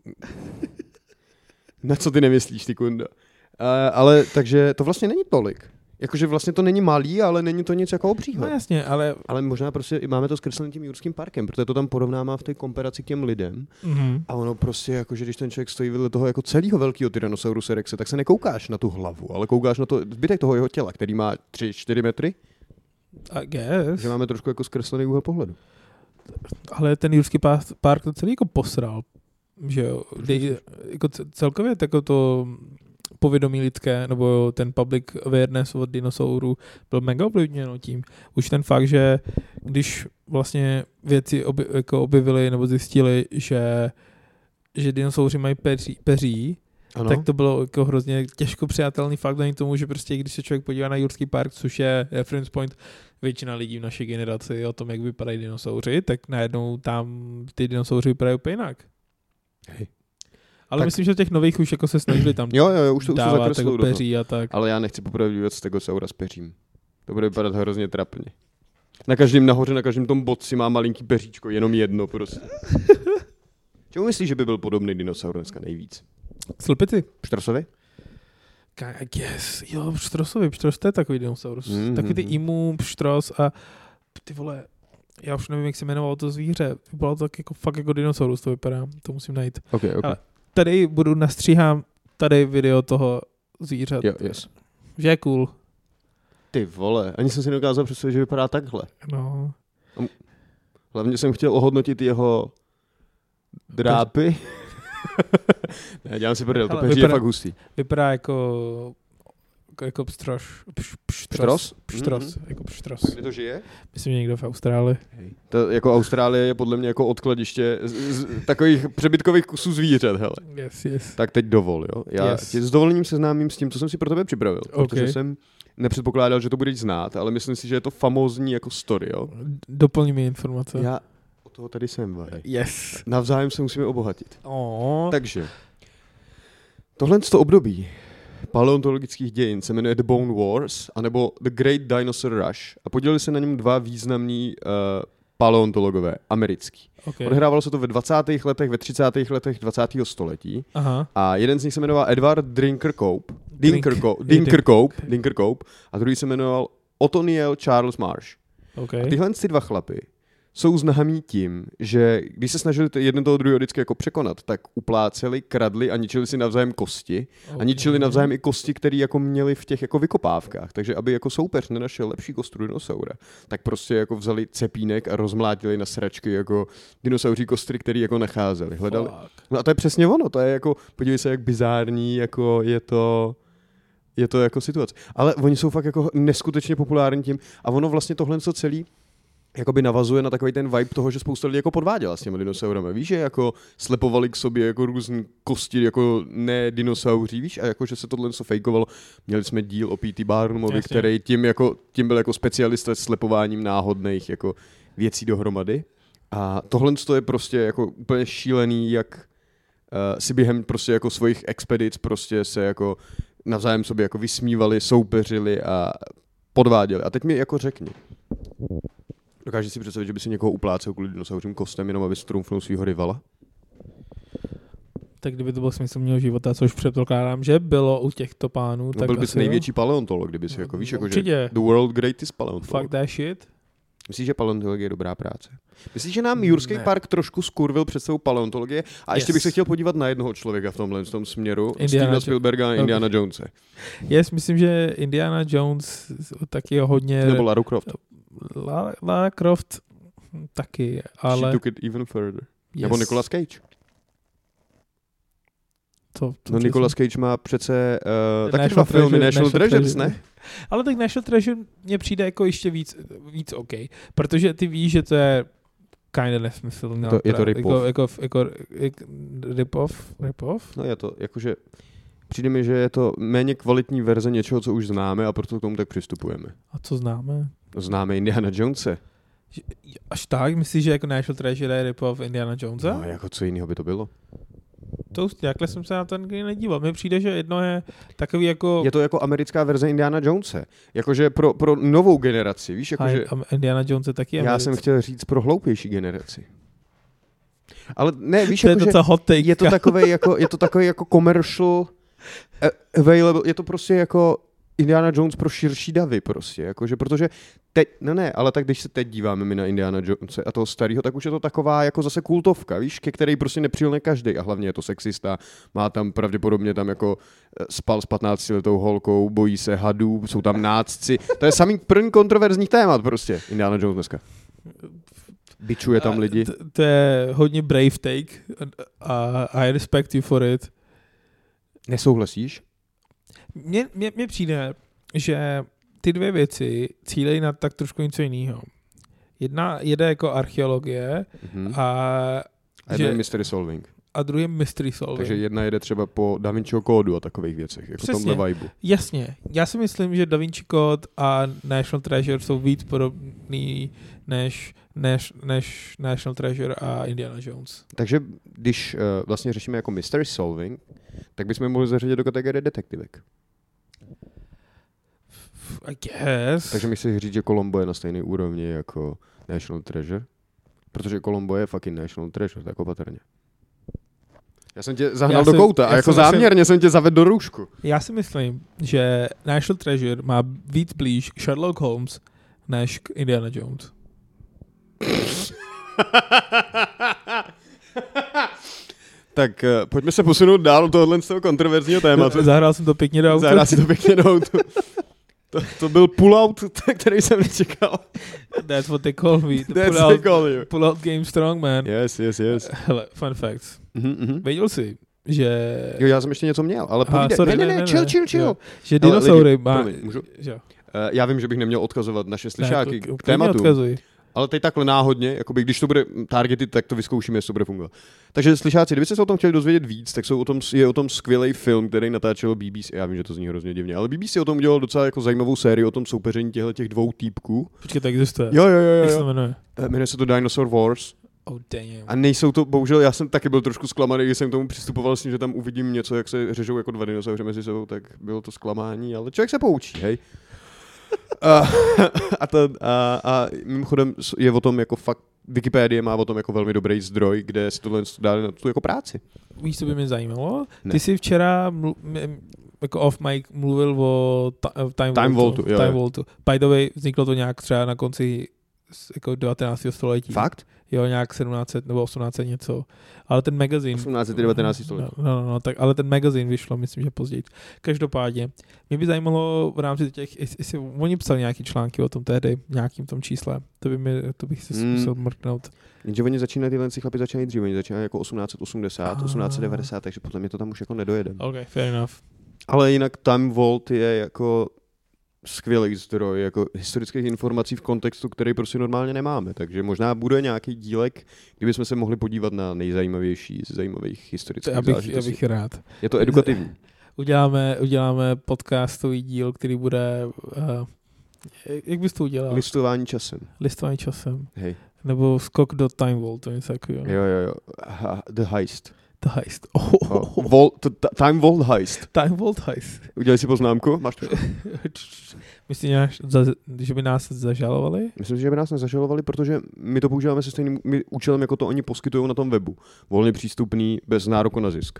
Speaker 2: na co ty nemyslíš, ty kunda? Uh, ale, takže to vlastně není tolik. Jakože vlastně to není malý, ale není to nic jako obřího.
Speaker 3: No jasně, ale...
Speaker 2: Ale možná prostě máme to zkreslený tím Jurským parkem, protože to tam porovnává v té komparaci k těm lidem. Mm-hmm. A ono prostě, jakože když ten člověk stojí vedle toho jako celého velkého Tyrannosauruse Rexe, tak se nekoukáš na tu hlavu, ale koukáš na to zbytek toho jeho těla, který má tři čtyři metry.
Speaker 3: I guess.
Speaker 2: Že máme trošku jako zkreslený úhel pohledu.
Speaker 3: Ale ten Jurský park to celý jako posral. Že jo, Dej, jako celkově jako to... povědomí lidské, nebo ten public awareness od dinosaurů byl mega ovlivněno tím. Už ten fakt, že když vlastně věci oby, jako objevili nebo zjistili, že, že dinosauři mají peří, peří
Speaker 2: Ano.
Speaker 3: tak to bylo jako hrozně těžko přijatelný fakt ani tomu, že prostě když se člověk podívá na Jurský park, což je reference point většina lidí v naší generaci o tom, jak vypadají dinosauři, tak najednou tam ty dinosauři vypadají úplně jinak.
Speaker 2: Hej.
Speaker 3: Ale
Speaker 2: Tak-
Speaker 3: myslím, že těch nových už jako se snažili tam
Speaker 2: Jo, jo, jo, už to, už to
Speaker 3: dávat
Speaker 2: zakreslil
Speaker 3: jako
Speaker 2: do toho.
Speaker 3: peří a tak.
Speaker 2: Ale já nechci poprvé vidět stegosaura s peřím. To bude vypadat hrozně trapně. Na každém nahoře, na každém tom bodci má malinký peříčko, jenom jedno prostě. Čemu myslíš, že by byl podobný dinosaur dneska nejvíc?
Speaker 3: Slepici.
Speaker 2: Pštrosovi?
Speaker 3: Ka- Yes, jo, pštrosovi, pštros, to je takový dinosaurus.
Speaker 2: Mhm.
Speaker 3: Takový ty imu, pštros a ty vole, já už nevím, jak se jmenovalo to zvíře. Bylo to tak jako fakt jako dinosaurus, to vypadá, to musím najít.
Speaker 2: Ok, ok.
Speaker 3: Ale tady budu nastříhám tady video toho zvířat.
Speaker 2: Jo, yes.
Speaker 3: Že je cool.
Speaker 2: Ty vole, ani jsem si nedokázal představit, že vypadá takhle.
Speaker 3: No.
Speaker 2: Hlavně jsem chtěl ohodnotit jeho drápy. Ne, dělám si prdel, to
Speaker 3: Hele,
Speaker 2: peří je
Speaker 3: vypadá-
Speaker 2: fakt hustý.
Speaker 3: Vypadá jako jako, jako pštroš. Pš,
Speaker 2: Pštros?
Speaker 3: Pštros,
Speaker 2: Mhm.
Speaker 3: jako pštros.
Speaker 2: Kde to žije?
Speaker 3: Myslím, že někdo v Austrálii.
Speaker 2: To jako Austrálie je podle mě jako odkladiště z, z, takových přebytkových kusů zvířat, hele.
Speaker 3: Yes, yes.
Speaker 2: Tak teď dovol, jo. Já
Speaker 3: Yes.
Speaker 2: tě s dovolením seznámím s tím, co jsem si pro tebe připravil.
Speaker 3: Ok.
Speaker 2: Protože jsem nepředpokládal, že to budeš znát, ale myslím si, že je to famózní jako story, jo.
Speaker 3: Doplň mi informace.
Speaker 2: Já od toho tady jsem, vaj.
Speaker 3: Yes.
Speaker 2: Navzájem se musíme obohatit.
Speaker 3: Oh.
Speaker 2: Takže, tohle to období paleontologických dějin se jmenuje The Bone Wars, anebo The Great Dinosaur Rush a podělili se na něm dva významní uh, paleontologové, americký.
Speaker 3: Okay.
Speaker 2: Odehrávalo se to ve dvacátých letech, ve třicátých letech dvacátého století
Speaker 3: Aha.
Speaker 2: a jeden z nich se jmenoval Edward Dinkercope, Dinkercope,
Speaker 3: Drink-
Speaker 2: Dinkercope, Dinkercope a druhý se jmenoval Othoniel Charles Marsh.
Speaker 3: Okay.
Speaker 2: A tyhle ty dva chlapy jsou známí tím, že když se snažili jeden toho druhého vždycky jako překonat, tak upláceli, kradli a ničili si navzájem kosti. A ničili navzájem i kosti, které jako měli v těch jako vykopávkách. Takže aby jako soupeř nenašel lepší kostru dinosaura, tak prostě jako vzali cepínek a rozmlátili na sračky jako dinosauří kostry, který jako nacházeli. Hledali. No a to je přesně ono, to je jako, podívej se, jak bizární jako je to je to jako situace. Ale oni jsou fakt jako neskutečně populární tím a ono vlastně tohle co celý jakoby navazuje na takový ten vibe toho, že spousta lidí jako podváděla s těmi dinosaurami. Víš, že jako slepovali k sobě jako různý kosti, jako ne dinosauří, víš, a jako, že se tohle co fejkovalo. Měli jsme díl o P T Barnumovi,
Speaker 3: Jasně.
Speaker 2: který tím, jako, tím byl jako specialista s slepováním náhodných jako věcí dohromady. A tohle je prostě jako úplně šílený, jak uh, si během prostě jako svých expedic prostě se jako navzájem sobě jako vysmívali, soupeřili a podváděli. A teď mi jako řekni, dokážeš si představit, že by si někoho uplácel kvůli dinosauřím kostem, jenom aby strumfnul svýho rivala?
Speaker 3: Tak kdyby to byl smysl mého života, což předpokládám, že bylo u těchto pánů,
Speaker 2: No,
Speaker 3: tak
Speaker 2: byl bys
Speaker 3: asi
Speaker 2: největší paleontolog, kdyby si jako víš, jako že
Speaker 3: určitě.
Speaker 2: the world greatest
Speaker 3: Jo.
Speaker 2: paleontolog.
Speaker 3: Fuck that shit.
Speaker 2: Myslíš, že paleontologie je dobrá práce? Myslíš, že nám Jurský
Speaker 3: Ne.
Speaker 2: park trošku skurvil před svou paleontologie? A ještě
Speaker 3: Yes.
Speaker 2: bych se chtěl podívat na jednoho člověka v tomhle v tom směru,
Speaker 3: Indiana
Speaker 2: Stevena
Speaker 3: Jo-
Speaker 2: Spielberga a
Speaker 3: Okay.
Speaker 2: Indiana Jonese.
Speaker 3: Yes, myslím, že Indiana Jones taky hodně...
Speaker 2: Nebo Lara Croft.
Speaker 3: Lara, Lara Croft taky, ale...
Speaker 2: She took it even further.
Speaker 3: Yes.
Speaker 2: Nebo Nicolas Cage.
Speaker 3: To, to
Speaker 2: No
Speaker 3: přesně.
Speaker 2: Nicolas Cage má přece uh, taky
Speaker 3: National
Speaker 2: dva filmy,
Speaker 3: Treasure-
Speaker 2: National
Speaker 3: National
Speaker 2: Treasures,
Speaker 3: Treasure.
Speaker 2: ne?
Speaker 3: Ale tak National Treasure mně přijde jako ještě víc, víc OK, protože ty víš, že to je kinda nesmysl.
Speaker 2: To- je to
Speaker 3: pra-
Speaker 2: rip-off.
Speaker 3: Jako, jako, jako, jako rip-off? Rip-off?
Speaker 2: No je to, jakože přijde mi, že je to méně kvalitní verze něčeho, co už známe a proto k tomu tak přistupujeme.
Speaker 3: A co známe?
Speaker 2: Známe Indiana Jonese.
Speaker 3: Že- Až tak? Myslíš, že jako National Treasure je rip-off Indiana Jonesa?
Speaker 2: No jako co jiného by to bylo?
Speaker 3: To takhle jsem se na to nikdy nedíval. Mně přijde, že jedno je takový jako...
Speaker 2: Je to jako americká verze Indiana Jonese. Jakože pro, pro novou generaci, víš,
Speaker 3: a,
Speaker 2: jakože...
Speaker 3: a Indiana Jones je taky
Speaker 2: Já
Speaker 3: americký.
Speaker 2: jsem chtěl říct pro hloupější generaci. Ale ne, víš,
Speaker 3: To je
Speaker 2: jakože
Speaker 3: docela hot take.
Speaker 2: je to takový jako, je to takový jako commercial available, je to prostě jako Indiana Jones pro širší davy prostě, jakože, protože teď, no ne, ale tak když se teď díváme my na Indiana Jonese a toho starého, tak už je to taková jako zase kultovka, víš, ke který prostě nepřilne každý a hlavně je to sexista, má tam pravděpodobně tam jako eh, spal s patnáctiletou holkou, bojí se hadů, jsou tam nácci, to je samý první kontroverzní témat prostě, Indiana Jones dneska. Bičuje tam lidi.
Speaker 3: To, to je hodně brave take a I respect you for it.
Speaker 2: Nesouhlasíš?
Speaker 3: Mně, mně, mně přijde, že ty dvě věci cílejí na tak trošku něco jiného. Jedna jede jako archeologie
Speaker 2: Mhm.
Speaker 3: a
Speaker 2: A
Speaker 3: že,
Speaker 2: je mystery solving.
Speaker 3: a druhý je mystery solving.
Speaker 2: Takže jedna jede třeba po Da Vinciho kódu a takových věcech, jako
Speaker 3: Přesně.
Speaker 2: tomhle vibu.
Speaker 3: Jasně. Já si myslím, že Da Vinci Code a National Treasure jsou víc podobný než, než, než National Treasure a Indiana Jones.
Speaker 2: Takže když uh, vlastně řešíme jako mystery solving, tak bychom mohli zařadit do kategorie detektivek.
Speaker 3: I guess.
Speaker 2: Takže mi si říct, že Columbo je na stejné úrovni jako National Treasure? Protože Columbo je fucking National Treasure, tak opatrně. Já jsem tě zahnal
Speaker 3: Já
Speaker 2: do
Speaker 3: si-
Speaker 2: kouta
Speaker 3: já
Speaker 2: a jako
Speaker 3: si myslím-
Speaker 2: záměrně jsem tě zavedl do růžku.
Speaker 3: Já si myslím, že National Treasure má víc blíž k Sherlock Holmes než k Indiana Jones.
Speaker 2: Tak uh, pojďme se posunout dál do tohohle z toho kontroverzního tématu.
Speaker 3: Zahrál jsem to pěkně do auta.
Speaker 2: Zahrál si to pěkně do autu. To, to byl pull-out, který jsem nečekal.
Speaker 3: That's what they call me. The
Speaker 2: That's
Speaker 3: pull,
Speaker 2: they
Speaker 3: out,
Speaker 2: call you.
Speaker 3: pull out game strong, man.
Speaker 2: Yes, yes, yes.
Speaker 3: Hele, fun facts.
Speaker 2: Mhm, mhm.
Speaker 3: Věděl jsi, že...
Speaker 2: Jo, já jsem ještě něco měl, ale
Speaker 3: Aha,
Speaker 2: povídej.
Speaker 3: sorry,
Speaker 2: Ne, ne, ne, chill, chill, chill.
Speaker 3: Jo. Že
Speaker 2: Hele,
Speaker 3: dinosaury
Speaker 2: lidi,
Speaker 3: má...
Speaker 2: promiň, můžu?
Speaker 3: Jo.
Speaker 2: Uh, já vím, že bych neměl odkazovat naše slyšáky
Speaker 3: Ne,
Speaker 2: k
Speaker 3: klidně
Speaker 2: tématu,
Speaker 3: odkazuj.
Speaker 2: ale teď takhle náhodně, jakoby, když to bude targeted, tak to vyzkoušíme, jestli to bude fungovat. Takže slyšáci, kdybyste se o tom chtěli dozvědět víc, tak jsou o tom, je o tom skvělý film, který natáčelo B B C. Já vím, že to zní hrozně divně, ale B B C o tom udělal docela jako zajímavou sérii o tom soupeření těchto těch dvou týpků.
Speaker 3: Počkej, to existuje.
Speaker 2: Jo, jo, jo,
Speaker 3: Jak se to
Speaker 2: jo.
Speaker 3: jmenuje?
Speaker 2: Eh, Jmenuje se to Dinosaur Wars.
Speaker 3: Oh, damn.
Speaker 2: A nejsou to, bohužel, já jsem taky byl trošku zklamaný, když jsem k tomu přistupoval s tím, že tam uvidím něco, jak se řežou jako dva dinosauři mezi sebou, tak bylo to zklamání, ale člověk se poučí, hej. a, a, to, a, a mimochodem je o tom jako fakt, Wikipedie má o tom jako velmi dobrý zdroj, kde si tohle dali na tu jako práci.
Speaker 3: Víš, co by mě zajímalo?
Speaker 2: Ne.
Speaker 3: Ty jsi včera mlu- m- jako off mic mluvil o ta- Time,
Speaker 2: Time
Speaker 3: Vaultu.
Speaker 2: Vaultu, jo,
Speaker 3: Time
Speaker 2: jo.
Speaker 3: Vaultu. By the way, vzniklo to nějak třeba na konci s- jako devatenáctého století.
Speaker 2: Fakt?
Speaker 3: Jo, nějak sedmnáct set nebo osmnáct set něco. Ale ten magazín...
Speaker 2: osmnácté devatenácté století.
Speaker 3: No, no, no, tak, ale ten magazín vyšlo, myslím, že později. Každopádně, mě by zajímalo v rámci těch, jestli, jestli oni psali nějaký články o tom tehdy, nějakým tom čísle. To, by mi, to bych si
Speaker 2: Hmm.
Speaker 3: zkusil mrknout.
Speaker 2: Jenže oni začínají, tyhle si chlapi začínají dřív, oni začínají jako osmnáct set osmdesát,
Speaker 3: Ah.
Speaker 2: osmnáct set devadesát, takže podle mě to tam už jako nedojedeme.
Speaker 3: OK, fair enough.
Speaker 2: Ale jinak Time Vault je jako skvělý zdroj jako historických informací v kontextu, který prostě normálně nemáme. Takže možná bude nějaký dílek, kdybychom se mohli podívat na nejzajímavější z zajímavých historických
Speaker 3: Já bych, já
Speaker 2: záležitostí.
Speaker 3: bych rád.
Speaker 2: Je to edukativní.
Speaker 3: Uděláme, uděláme podcastový díl, který bude... Uh, jak bys to udělal?
Speaker 2: Listování časem.
Speaker 3: Listování časem.
Speaker 2: Hej.
Speaker 3: Nebo skok do Time Vaultu, něco takového.
Speaker 2: Jo, jo, jo. Ha, the heist.
Speaker 3: The heist. Oh,
Speaker 2: Oh, Vault, t- t- time Vault heist.
Speaker 3: Time Vault heist.
Speaker 2: Udělej si poznámku? Máš to?
Speaker 3: Myslíš, že by nás zažalovali?
Speaker 2: Myslím si, že by nás nezažalovali, protože my to používáme se stejným my účelem, jako to oni poskytují na tom webu. Volně přístupný, bez nároku na zisk.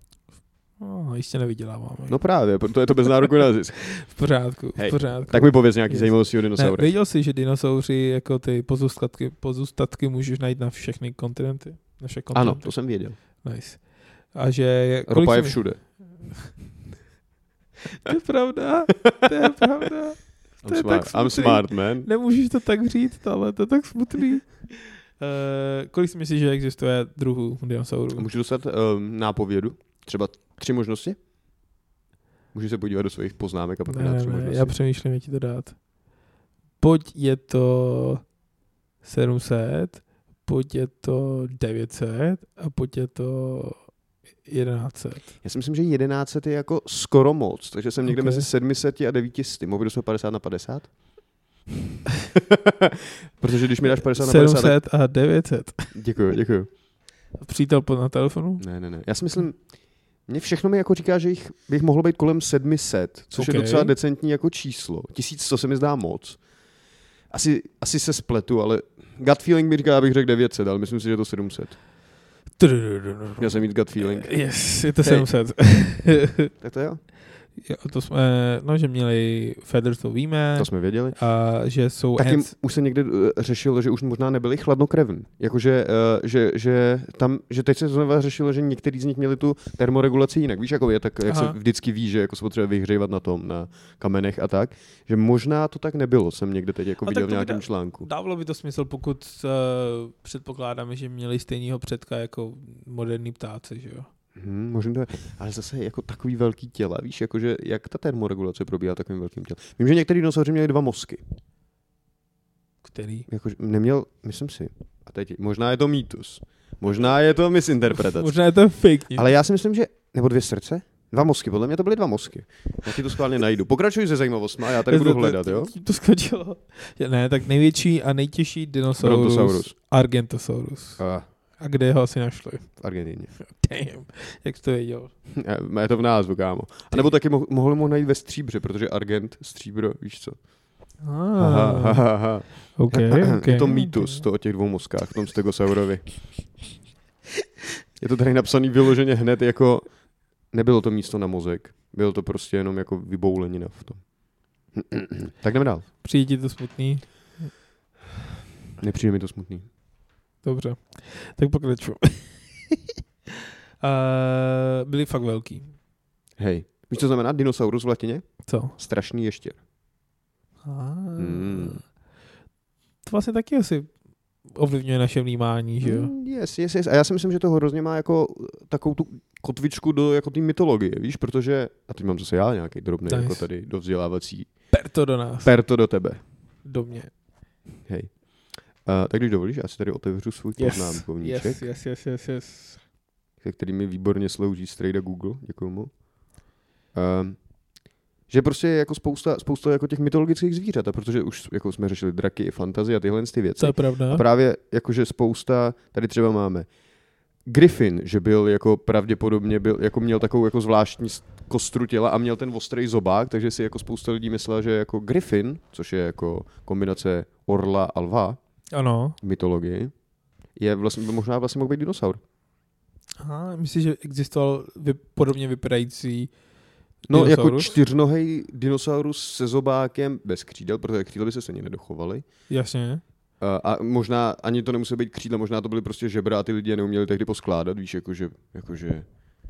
Speaker 3: Oh, jistě nevyděláváme.
Speaker 2: No právě, to je to bez nároku na zisk.
Speaker 3: V pořádku,
Speaker 2: Hej,
Speaker 3: v pořádku.
Speaker 2: Tak mi pověz nějaký
Speaker 3: Yes.
Speaker 2: zajímavosti o
Speaker 3: Ne,
Speaker 2: dinosaurech.
Speaker 3: věděl jsi, že dinosauři jako ty pozůstatky, pozůstatky můžeš najít na všechny kontinenty? Na všech kontinenty?
Speaker 2: Ano, to jsem věděl.
Speaker 3: Nice. A že... Je, kolik
Speaker 2: Ropa je
Speaker 3: jsi mi-
Speaker 2: všude.
Speaker 3: To je pravda, to je pravda. To
Speaker 2: I'm
Speaker 3: je
Speaker 2: smart,
Speaker 3: tak
Speaker 2: I'm
Speaker 3: smutný.
Speaker 2: smart, man.
Speaker 3: Nemůžeš to tak říct, ale to je tak smutný. Uh, kolik si myslíš, že existuje druhů dinosaurů?
Speaker 2: Můžu dostat um, nápovědu? Třeba tři možnosti? Můžeš se podívat do svých poznámek a pak mi
Speaker 3: Ne,
Speaker 2: dát
Speaker 3: ne,
Speaker 2: tři
Speaker 3: ne,
Speaker 2: možnosti.
Speaker 3: já přemýšlím, jak ti to dát. Pojď je to sedm set, pojď je to devět set a pojď je to jedenáct set.
Speaker 2: Já si myslím, že jedenáct set je jako skoro moc, takže jsem někde
Speaker 3: Ok.
Speaker 2: mezi sedm set a devět set. Mohli jsme padesát na padesát? Protože když mi dáš padesát na padesát, tak...
Speaker 3: sedm set a devět set.
Speaker 2: Děkuju, děkuju.
Speaker 3: Přítel pod na telefonu?
Speaker 2: Ne, ne, ne. Já si myslím, mně všechno mi jako říká, že jich, bych mohlo být kolem sedm set, což
Speaker 3: Ok.
Speaker 2: je docela decentní jako číslo. Tisíc sto se mi zdá moc. Asi, asi se spletu, ale gut feeling mi říká, abych řekl devět set, ale myslím si, že je to sedm set. Měl jsem mít gut feeling.
Speaker 3: Yes, je to
Speaker 2: Hej.
Speaker 3: sedm set.
Speaker 2: Tak to jo.
Speaker 3: Jo, to jsme, no, že měli Feathers, to víme.
Speaker 2: To jsme věděli.
Speaker 3: A že jsou
Speaker 2: Taky
Speaker 3: ants.
Speaker 2: už se někdy uh, řešilo, že už možná nebyli chladnokrevní. Jakože, uh, že, že, tam, že teď se znovu řešilo, že některý z nich měli tu termoregulaci jinak. Víš, jako je tak, jak
Speaker 3: Aha.
Speaker 2: se vždycky ví, že jako se potřebuje vyhřívat na tom, na kamenech a tak. Že možná to tak nebylo, jsem někde teď jako
Speaker 3: A tak
Speaker 2: viděl v
Speaker 3: to by
Speaker 2: nějakém
Speaker 3: da-
Speaker 2: článku.
Speaker 3: Dávalo by to smysl, pokud uh, předpokládáme, že měli stejného předka jako moderní ptáci, že jo?
Speaker 2: Hmm, možná to je, ale zase jako takový velký těla, víš, jakože jak ta termoregulace probíhá takovým velkým tělem. Vím, že některý dinosauři měli dva mozky.
Speaker 3: Který?
Speaker 2: Jakože neměl, myslím si, a teď možná je to mýtus, Možná je to misinterpretace.
Speaker 3: Možná je to fake news.
Speaker 2: Ale já si myslím, že... Nebo dvě srdce? Dva mozky, podle mě to byly dva mozky. Já ti to schválně najdu. Pokračuj se zajímavostma, já tady budu hledat, jo?
Speaker 3: To skočilo. Ne, tak největší a nejtěžší dinosaurus.
Speaker 2: Brontosaurus.
Speaker 3: Argentosaurus.
Speaker 2: A
Speaker 3: A kde ho asi našli?
Speaker 2: v Argentině.
Speaker 3: Damn, jak jsi to věděl?
Speaker 2: Je to v názvu, kámo. A nebo taky mo- mohli mu najít ve stříbře, protože Argent, stříbro, víš co?
Speaker 3: Ah,
Speaker 2: Aha, aha, aha.
Speaker 3: okay, okay,
Speaker 2: Je to mýtus,
Speaker 3: okay.
Speaker 2: to o těch dvou mozkách v tom Stegosaurovi. Je to tady napsaný vyloženě hned jako... Nebylo to místo na mozek. Bylo to prostě jenom jako vyboulenina v tom. Tak jdeme dál.
Speaker 3: Přijde ti to smutný?
Speaker 2: Nepřijde mi to smutný.
Speaker 3: Dobře. Tak pokračuju. uh, byli fakt velký.
Speaker 2: Hej. Víš, co znamená dinosaurus v latině?
Speaker 3: Co?
Speaker 2: Strašný ještěr.
Speaker 3: Ah,
Speaker 2: Mm.
Speaker 3: To vlastně taky asi ovlivňuje naše vnímání, že jo?
Speaker 2: Mm, yes, yes, yes. A já si myslím, že to hrozně má jako takovou tu kotvičku do jako té mytologie, víš, protože, a teď mám zase já nějaký drobný
Speaker 3: Nice.
Speaker 2: jako tady do vzdělávací.
Speaker 3: Per to do nás.
Speaker 2: Per to do tebe.
Speaker 3: Do mě.
Speaker 2: Hej. Uh, tak když dovolíš, já si tady otevřu svůj poznámkovníček,
Speaker 3: Yes, yes, yes, yes, yes.
Speaker 2: se který mi výborně slouží strejda Google, děkuju mu. Um, že prostě je jako spousta, spousta jako těch mytologických zvířat, a protože už jako jsme řešili draky, fantazie a tyhle ty věci.
Speaker 3: To je pravda.
Speaker 2: A právě jakože spousta, tady třeba máme Griffin, že byl jako pravděpodobně, byl, jako měl takovou jako zvláštní kostru těla a měl ten ostrý zobák, takže si jako spousta lidí myslela, že jako Griffin, což je jako kombinace orla a lva
Speaker 3: Ano.
Speaker 2: v mytologii, je vlastně, možná vlastně mohl být dinosaur.
Speaker 3: Aha, myslíš, že existoval vy, podobně vypadající
Speaker 2: No
Speaker 3: dinosaurus?
Speaker 2: jako čtyřnohej dinosaurus se zobákem bez křídel, protože křídla by se stejně nedochovaly.
Speaker 3: Jasně.
Speaker 2: A, a možná ani to nemuselo být křídla, možná to byly prostě žebra a ty lidi je neuměli tehdy poskládat, víš, jakože, jakože...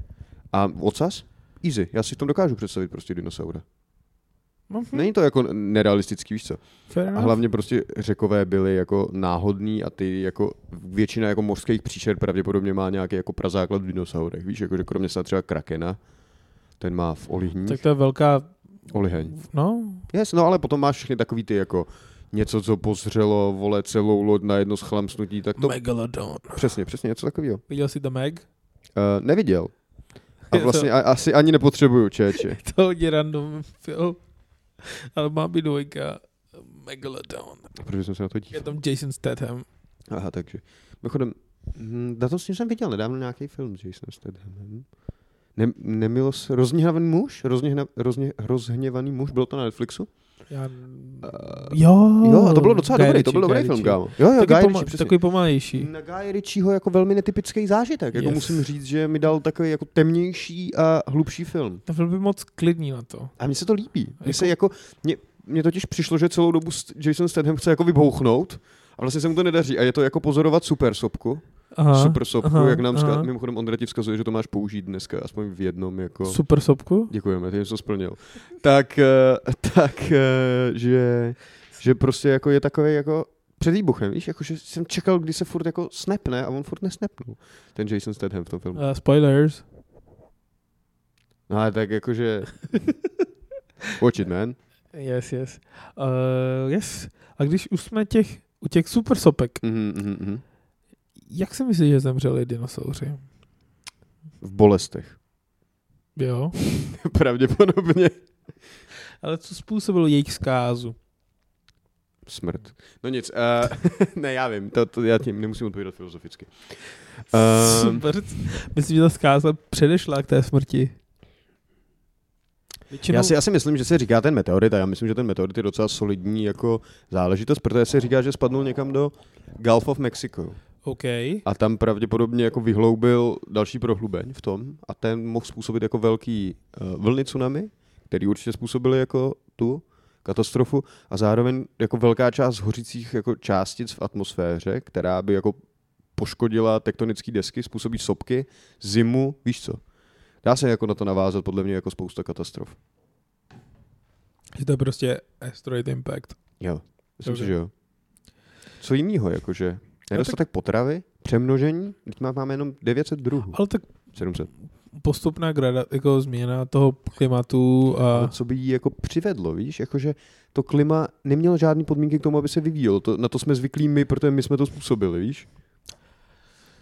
Speaker 2: A ocas? Easy, já si v tom dokážu představit prostě dinosaura.
Speaker 3: Mm-hmm.
Speaker 2: Není to jako nerealistický, víš co?
Speaker 3: Fair
Speaker 2: A
Speaker 3: enough.
Speaker 2: hlavně prostě Řekové byly jako náhodný a ty jako většina jako mořských příšer pravděpodobně má nějaký jako prazáklad v dinosaurech, víš, jakože kromě se třeba krakena, ten má v olihních.
Speaker 3: Tak to je velká...
Speaker 2: Oliheň.
Speaker 3: No,
Speaker 2: Yes, no ale potom máš všechny takový ty jako něco, co pozřelo, vole, celou loď na jedno schlamsnutí, tak to...
Speaker 3: Megalodon.
Speaker 2: Přesně, přesně něco takového.
Speaker 3: Viděl jsi to Meg?
Speaker 2: Uh, neviděl. A
Speaker 3: Je to-
Speaker 2: vlastně a, asi ani nepotřebuju, čeče.
Speaker 3: To hodně random film. Ale má být dvojka. Megalodon.
Speaker 2: Protože jsem se na to
Speaker 3: Je
Speaker 2: díval.
Speaker 3: tam Jason Statham.
Speaker 2: Aha, takže. Mimochodem, hm, na to s ním jsem viděl nedávno nějaký film s Jasonem Stathamem. Ne, nemilos, rozhněvaný muž? Rozhněhna, rozhně, rozhněvaný muž? Bylo to na Netflixu?
Speaker 3: Já...
Speaker 2: Uh,
Speaker 3: Jo.
Speaker 2: jo, a to bylo docela
Speaker 3: Guy
Speaker 2: dobrý, to
Speaker 3: Ritchie,
Speaker 2: byl dobrý
Speaker 3: Guy
Speaker 2: film,
Speaker 3: Ritchie.
Speaker 2: kámo. Jo, jo,
Speaker 3: Taky,
Speaker 2: Guy
Speaker 3: poma-
Speaker 2: Ritchie, přesně.
Speaker 3: takový pomalejší.
Speaker 2: Na Guy Ritchieho jako velmi netypický zážitek. Jako
Speaker 3: Yes.
Speaker 2: musím říct, že mi dal takový jako temnější a hlubší film.
Speaker 3: Ten film by moc klidný na to.
Speaker 2: A mně se to líbí. Mně
Speaker 3: Jako-
Speaker 2: se jako, mně, mně totiž přišlo, že celou dobu Jason Statham chce jako vybouchnout a vlastně se mu to nedaří. A je to jako pozorovat super sopku.
Speaker 3: Aha,
Speaker 2: Super sopku,
Speaker 3: aha,
Speaker 2: jak nám
Speaker 3: aha.
Speaker 2: zka- mimochodem Ondra ti vzkazuje, že to máš použít dneska, aspoň v jednom. Jako...
Speaker 3: Super sopku?
Speaker 2: Děkujeme, ty jsi to splnil. Tak, uh, tak uh, že, že prostě jako je takový jako před výbuchem, víš, jako, že jsem čekal, kdy se furt jako snapne a on furt nesnapnul. Ten Jason Statham v tom filmu.
Speaker 3: Uh, spoilers.
Speaker 2: No ale tak jakože... Watch it, man.
Speaker 3: Yes, yes. Uh, yes. A když už jsme těch, u těch super sopek,
Speaker 2: Mhm, mhm, mhm.
Speaker 3: jak si myslíš, že zemřeli dinosauři?
Speaker 2: V bolestech.
Speaker 3: Jo.
Speaker 2: Pravděpodobně.
Speaker 3: Ale co způsobilo jejich zkázu?
Speaker 2: Smrt. No nic, uh, ne, já vím, to, to já tím nemusím odpovědět filozoficky. Um,
Speaker 3: Super. Myslím, že ta zkáza předešla k té smrti. Většinou...
Speaker 2: já si asi myslím, že se říká ten meteorit a já myslím, že ten meteorit je docela solidní jako záležitost, protože se říká, že spadnul někam do Gulf of Mexico.
Speaker 3: OK.
Speaker 2: A tam pravděpodobně jako vyhloubil další prohlubeň v tom a ten mohl způsobit jako velký uh, vlny tsunami, který určitě způsobili jako tu katastrofu a zároveň jako velká část hořících jako částic v atmosféře, která by jako poškodila tektonické desky, způsobí sopky, zimu, víš co. Dá se jako na to navázat podle mě jako spousta katastrof.
Speaker 3: Že to je prostě asteroid impact.
Speaker 2: Jo, myslím
Speaker 3: Dobře.
Speaker 2: si, že jo. Co jinýho, jakože nedostatek potravy, přemnožení, teď má- máme jenom devět set druhů,
Speaker 3: Ale tak
Speaker 2: sedm set.
Speaker 3: postupná grada, jako změna toho klimatu a...
Speaker 2: Ale co by jí jako přivedlo, víš, jakože to klima nemělo žádný podmínky k tomu, aby se vyvíjelo. To, na to jsme zvyklí my, protože my jsme to způsobili, víš?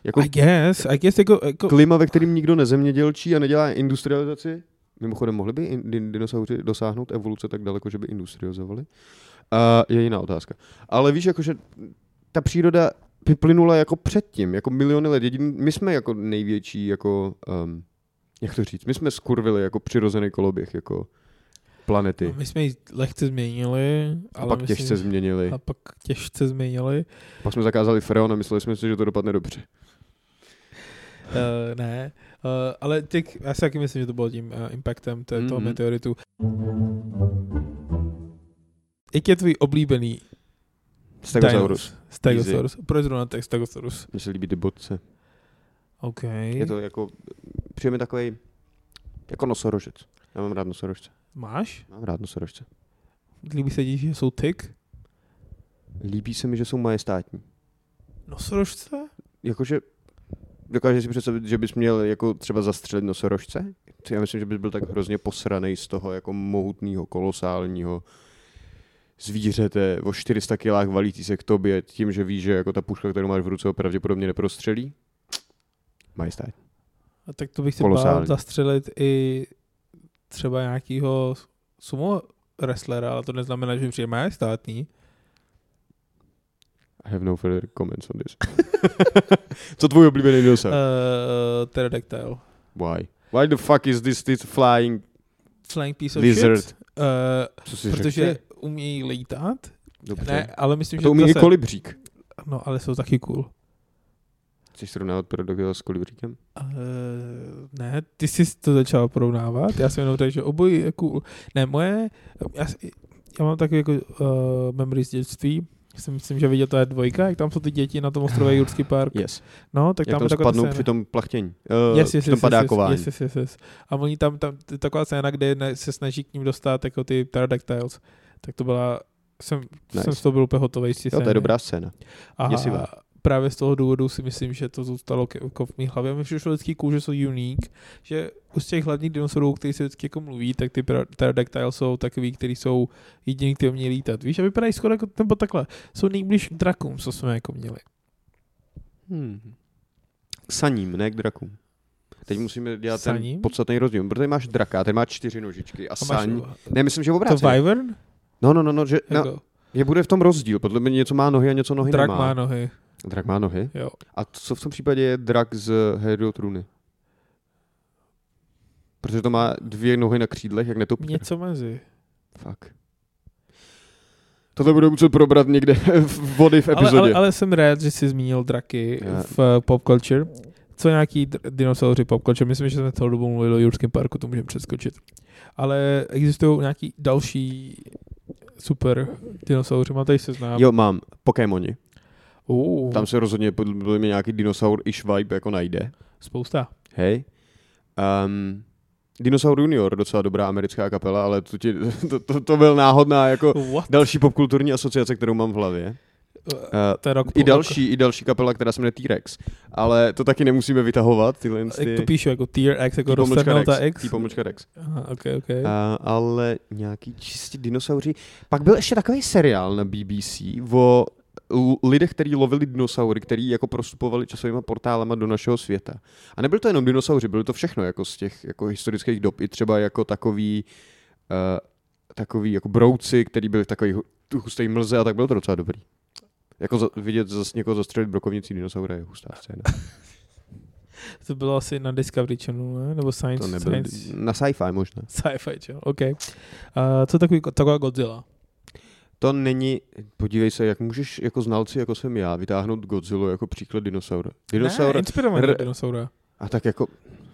Speaker 2: Jako
Speaker 3: I guess, I guess jako, jako...
Speaker 2: klima, ve kterým nikdo nezemědělčí a nedělá industrializaci. Mimochodem, mohli by in, dinosauři dosáhnout evoluce tak daleko, že by industrializovali? Uh, je jiná otázka. Ale víš, jakože ta příroda vyplynula jako předtím, jako miliony let. Jediný, my jsme jako největší, jako, um, jak to říct, my jsme skurvili jako přirozený koloběh, jako planety.
Speaker 3: No, my jsme ji lehce změnili.
Speaker 2: A
Speaker 3: Ale
Speaker 2: pak
Speaker 3: myslím,
Speaker 2: těžce změnili.
Speaker 3: A pak těžce změnili.
Speaker 2: Pak jsme zakázali freon a mysleli jsme si, že to dopadne dobře.
Speaker 3: Uh, ne, uh, ale těch, já si taky myslím, že to bylo tím uh, impactem té, mm-hmm. toho meteoritu. Jak je tvůj oblíbený
Speaker 2: Stegosaurus.
Speaker 3: Stegosaurus. Proč zrovna tak Stegosaurus?
Speaker 2: Mně se líbí ty bodce.
Speaker 3: OK.
Speaker 2: Je to jako, přijde mi takovej, jako nosorožec. Já mám rád nosorožce.
Speaker 3: Máš?
Speaker 2: Mám rád nosorožce.
Speaker 3: Líbí se ti, že jsou tyk?
Speaker 2: Líbí se mi, že jsou majestátní.
Speaker 3: Nosorožce?
Speaker 2: Jakože, dokážeš si představit, že bys měl jako třeba zastřelit nosorožce? Já myslím, že bys byl tak hrozně posranej z toho jako mohutného, kolosálního zvířete o čtyři sta kilách valící se k tobě tím, že víš, že jako ta puška, kterou máš v ruce, ho pravděpodobně neprostřelí. Majestátní.
Speaker 3: A tak to bych si
Speaker 2: kolosální.
Speaker 3: bál zastřelit i třeba nějakýho sumo wrestlera, ale to neznamená, že přijde majestátní.
Speaker 2: I have no further comments on this. Co tvůj oblíbený dinosaur?
Speaker 3: Uh, pterodactyl.
Speaker 2: Why? Why the fuck is this, this flying
Speaker 3: Flying piece of
Speaker 2: lizard?
Speaker 3: shit? Uh,
Speaker 2: Co jsi
Speaker 3: protože
Speaker 2: řekl?
Speaker 3: umí lítat.
Speaker 2: Dobře.
Speaker 3: Ne, ale myslím,
Speaker 2: A
Speaker 3: že
Speaker 2: to umí
Speaker 3: zase...
Speaker 2: i kolibřík.
Speaker 3: No, ale jsou taky cool.
Speaker 2: Chceš srovnávat pterodactyla s kolibříkem?
Speaker 3: Uh, ne, ty jsi to začal porovnávat. Já jsem jenom řekl, že obojí je cool. Ne, moje... Já, já mám takový jako uh, memory z dětství. Si myslím, že viděl to je dvojka, jak tam jsou ty děti na tom ostrově Jurský park.
Speaker 2: Yes.
Speaker 3: No, tak
Speaker 2: jak
Speaker 3: tam,
Speaker 2: tam spadnou při tom plachtění. Uh,
Speaker 3: yes, yes,
Speaker 2: při tom
Speaker 3: yes,
Speaker 2: padákování.
Speaker 3: Yes, yes, yes, yes. A oni tam, tam taková scéna, kde ne, se snaží k ním dostat jako ty pterodactyls. Tak to byla, jsem, nice. jsem z toho byl úplně hotovej.
Speaker 2: Jo, to je dobrá scéna.
Speaker 3: A právě z toho důvodu si myslím, že to zůstalo jako v mý hlavě. Mi přišlo vždycky cool, že jsou unique, že z těch hlavních dinosaurů, který se vždycky jako mluví, tak ty pterodactyls jsou takový, který jsou jediný, kteří umějí lítat. Víš, a vypadají skoro jako, nebo takhle, jsou nejbliž drakům, co jsme jako měli.
Speaker 2: Hmm. K saním, ne k drakům. Teď musíme dělat
Speaker 3: saním?
Speaker 2: ten podstatný rozdíl, protože máš draka, ten má čtyři nožičky a, a saň.
Speaker 3: Máš,
Speaker 2: ne, myslím, že obráceně.
Speaker 3: To Wyvern?
Speaker 2: No, no, no, no, že
Speaker 3: jako?
Speaker 2: no, je bude v tom rozdíl, podle mě něco má nohy a něco nohy
Speaker 3: Drak
Speaker 2: nemá.
Speaker 3: má nohy.
Speaker 2: Drak má nohy?
Speaker 3: Jo.
Speaker 2: A co v tom případě je drak z Hry o trůny? Protože to má dvě nohy na křídlech, jak netopír.
Speaker 3: Něco mezi.
Speaker 2: Fuck. Tohle budu muset probrat někde v vody v epizodě.
Speaker 3: Ale, ale, ale jsem rád, že jsi zmínil draky yeah. v uh, pop culture. Co nějaký d- dinosauři pop culture? Myslím, že jsme celou dobu mluvili o Jurském parku, to můžeme přeskočit. Ale existují nějaký další super dinosauři? Máte seznám?
Speaker 2: Jo, mám. Pokémoni.
Speaker 3: Uh.
Speaker 2: Tam se rozhodně podle mě nějaký dinosaur-ish vibe jako najde.
Speaker 3: Spousta.
Speaker 2: Hej. Um, Dinosaur Junior, docela dobrá americká kapela, ale to, ti, to, to, to byl náhodná jako
Speaker 3: What?
Speaker 2: další popkulturní asociace, kterou mám v hlavě. Uh,
Speaker 3: to je rok
Speaker 2: i, další, I další kapela, která se jmenuje T-Rex. Ale to taky nemusíme vytahovat. Tyhle ty...
Speaker 3: Jak to píšu, jako T-Rex, jako roztrhnutá X?
Speaker 2: T-pomočka Rex.
Speaker 3: Aha, okay, okay.
Speaker 2: Uh, ale nějaký čistě dinosauři. Pak byl ještě takový seriál na B B C o lidech, kteří lovili dinosaury, kteří jako prostupovali časovými portálama do našeho světa. A nebyl to jenom dinosauři, bylo to všechno jako z těch jako historických dob. I třeba jako takový, uh, takový jako brouci, který byli v takový hustý mlze a tak bylo to docela dobrý. Jako za, vidět zas, někoho zastřelit brokovnicí dinosaura je hustá scéna.
Speaker 3: To bylo asi na Discovery Channel, ne? Nebo Science?
Speaker 2: To nebyl,
Speaker 3: Science...
Speaker 2: Na Sci-Fi možná.
Speaker 3: Sci-Fi Channel, OK. Uh, co takový, taková Godzilla?
Speaker 2: To není, podívej se, jak můžeš jako znalci, jako jsem já, vytáhnout Godzilla jako příklad dinosaura. Dinosaur,
Speaker 3: ne, inspirovaný
Speaker 2: r-
Speaker 3: dinosaura.
Speaker 2: A tak jako...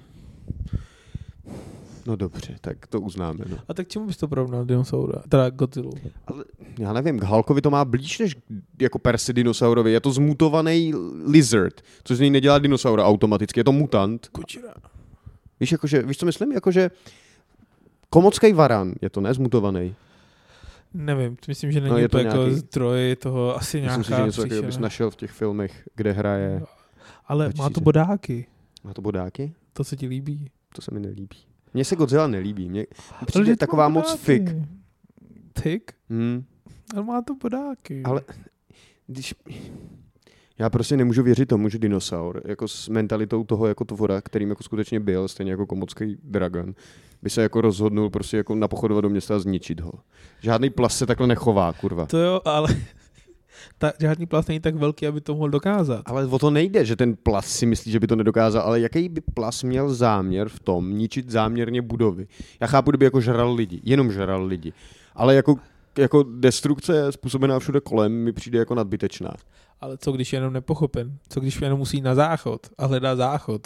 Speaker 2: No dobře, tak to uznáme. No.
Speaker 3: A tak čemu bys to porovnal dinosaura? Teda Godzilla.
Speaker 2: Ale já nevím, k Hulkovi to má blíž než jako Percy dinosaurovi. Je to zmutovaný lizard, což z něj nedělá dinosaura automaticky, je to mutant.
Speaker 3: Kučera.
Speaker 2: Víš, jakože, víš co myslím? Jakože komocký varan, je to nezmutovaný.
Speaker 3: Nevím, myslím, že není
Speaker 2: no, je to
Speaker 3: jako
Speaker 2: nějaký...
Speaker 3: zdroj toho asi
Speaker 2: myslím
Speaker 3: nějaká
Speaker 2: si, že něco
Speaker 3: příšera.
Speaker 2: bys našel v těch filmech, kde hraje...
Speaker 3: Ale má to bodáky.
Speaker 2: Má to bodáky?
Speaker 3: To se ti líbí?
Speaker 2: To se mi nelíbí. Mně se Godzilla nelíbí. Mně přijde taková moc fik.
Speaker 3: Fik?
Speaker 2: Hmm.
Speaker 3: Ale má to bodáky.
Speaker 2: Ale když... Já prostě nemůžu věřit tomu, že dinosaur, jako s mentalitou toho jako tvora, kterým jako skutečně byl, stejně jako komocký dragon, by se jako rozhodnul prostě jako napochodovat do města a zničit ho. Žádný plas se takhle nechová, kurva.
Speaker 3: To jo, ale ta, žádný plas není tak velký, aby to mohl dokázat.
Speaker 2: Ale o to nejde, že ten plas si myslí, že by to nedokázal, ale jaký by plas měl záměr v tom ničit záměrně budovy? Já chápu, kdyby jako žral lidi, jenom žral lidi, ale jako, jako destrukce způsobená všude kolem mi přijde jako nadbytečná.
Speaker 3: Ale co když je jenom nepochopen? Co když jenom musí na záchod a hledá záchod?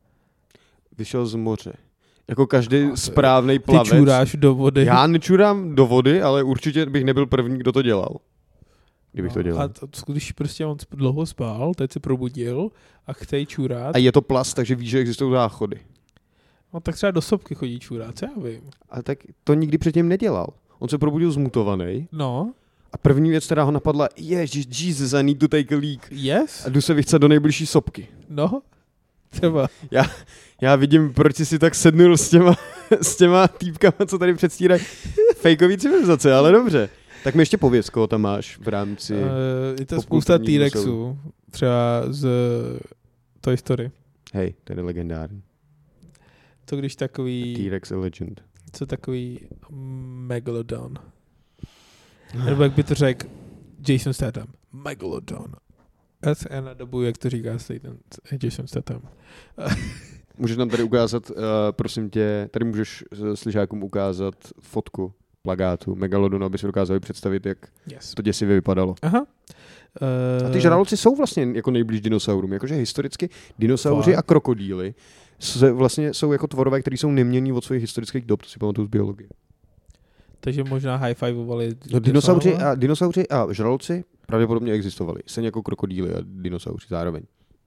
Speaker 2: Vyšel z moře. Jako každý správný plavec.
Speaker 3: Ty čuráš do vody.
Speaker 2: Já nečurám do vody, ale určitě bych nebyl první, kdo to dělal. Kdybych
Speaker 3: no,
Speaker 2: to dělal.
Speaker 3: A to, když prostě on dlouho spál, teď se probudil a chce čurat.
Speaker 2: A je to plast, takže víš, že existují záchody.
Speaker 3: No tak třeba do sopky chodí čurat, co já vím.
Speaker 2: Ale tak to nikdy předtím nedělal. On se probudil zmutovaný.
Speaker 3: No.
Speaker 2: A první věc, která ho napadla, ježiš, Jesus, I need to take a leak.
Speaker 3: Yes.
Speaker 2: A jdu se vychcat do nejbližší sopky.
Speaker 3: No, třeba.
Speaker 2: Já, já vidím, proč jsi si tak sednul s těma, s těma týpkama, co tady předstírají fejkový civilizace, ale dobře. Tak mi ještě pověz, koho tam máš v rámci... Uh,
Speaker 3: je to spousta T-Rexů, třeba z Toy Story.
Speaker 2: Hej, to je legendární.
Speaker 3: Co když takový...
Speaker 2: T-Rex a legend.
Speaker 3: Co takový Megalodon. Nebo jak by to řekl Jason Statham. Megalodon. Já na dobu, jak to říká ten Jason Statham.
Speaker 2: Můžeš nám tady ukázat, uh, prosím tě, tady můžeš slyšákům ukázat fotku plagátu Megalodonu, aby si dokázali představit, jak yes. to děsivě vypadalo.
Speaker 3: Aha.
Speaker 2: Uh... A ty žraloci jsou vlastně jako nejblíž dinosaurům, jakože historicky dinosauři Fakt. a krokodýly se vlastně jsou jako tvorové, které jsou neměnní od svých historických dob, to si pamatuju z biologie.
Speaker 3: Takže možná high-fivovali.
Speaker 2: No, dinosauři a, dinosauři a žraloci pravděpodobně existovali. Stejně jako krokodýly a dinosauři zároveň.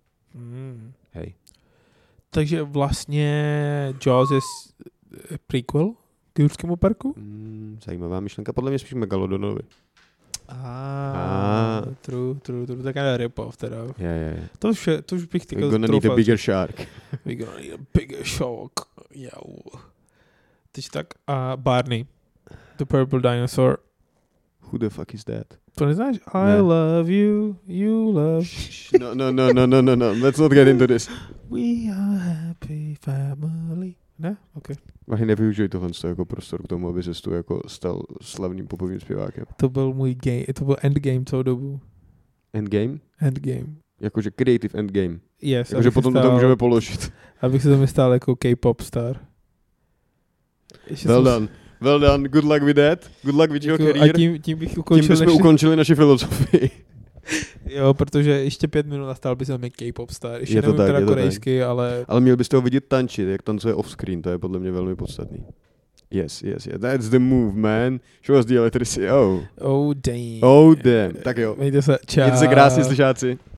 Speaker 3: Hmm.
Speaker 2: Hej.
Speaker 3: Takže vlastně Jaws je prequel k Jurskému parku?
Speaker 2: Hmm, zajímavá myšlenka. Podle mě spíš Megalodonovi.
Speaker 3: Ah, ah. True, true, true. Tak je rip-off teda.
Speaker 2: Je, je, je.
Speaker 3: To už, to už bych týkal.
Speaker 2: We're gonna need a bigger shark.
Speaker 3: We're gonna need a bigger shark. Jau. Teď tak. A uh, Barney. The Purple Dinosaur.
Speaker 2: Who the fuck is that?
Speaker 3: To neznáš? I ne. love you, you love...
Speaker 2: no, no, no, no, no, no, no. Let's not get into this.
Speaker 3: We are happy family. Ne? OK.
Speaker 2: Mahy, nevyužij tohle jako prostor k tomu, aby se tu jako stal slavným popovým zpěvákem.
Speaker 3: To byl můj game, to byl endgame celou dobu.
Speaker 2: Endgame?
Speaker 3: Endgame.
Speaker 2: Jakože creative endgame.
Speaker 3: Yes.
Speaker 2: Jakože potom stál, to můžeme položit.
Speaker 3: Abych se tam stál jako K-pop star.
Speaker 2: Ještě well done. Well done, good luck with that, good luck with your career.
Speaker 3: A tím, tím bych ukončil...
Speaker 2: Tím bychom naši... ukončili naši filozofii.
Speaker 3: Jo, protože ještě pět minut nastal by se mi K-pop star. Ještě
Speaker 2: je to
Speaker 3: nevím
Speaker 2: tak,
Speaker 3: teda
Speaker 2: je to
Speaker 3: korejsky,
Speaker 2: tak.
Speaker 3: ale...
Speaker 2: Ale měl byste ho vidět tančit, jak tancuje off-screen, to je podle mě velmi podstatný. Yes, yes, yes, that's the move, man. Show us the electricity, oh.
Speaker 3: Oh, damn.
Speaker 2: Oh, damn, tak jo.
Speaker 3: Mějte se, čau.
Speaker 2: Mějte se krásně, slyšáci.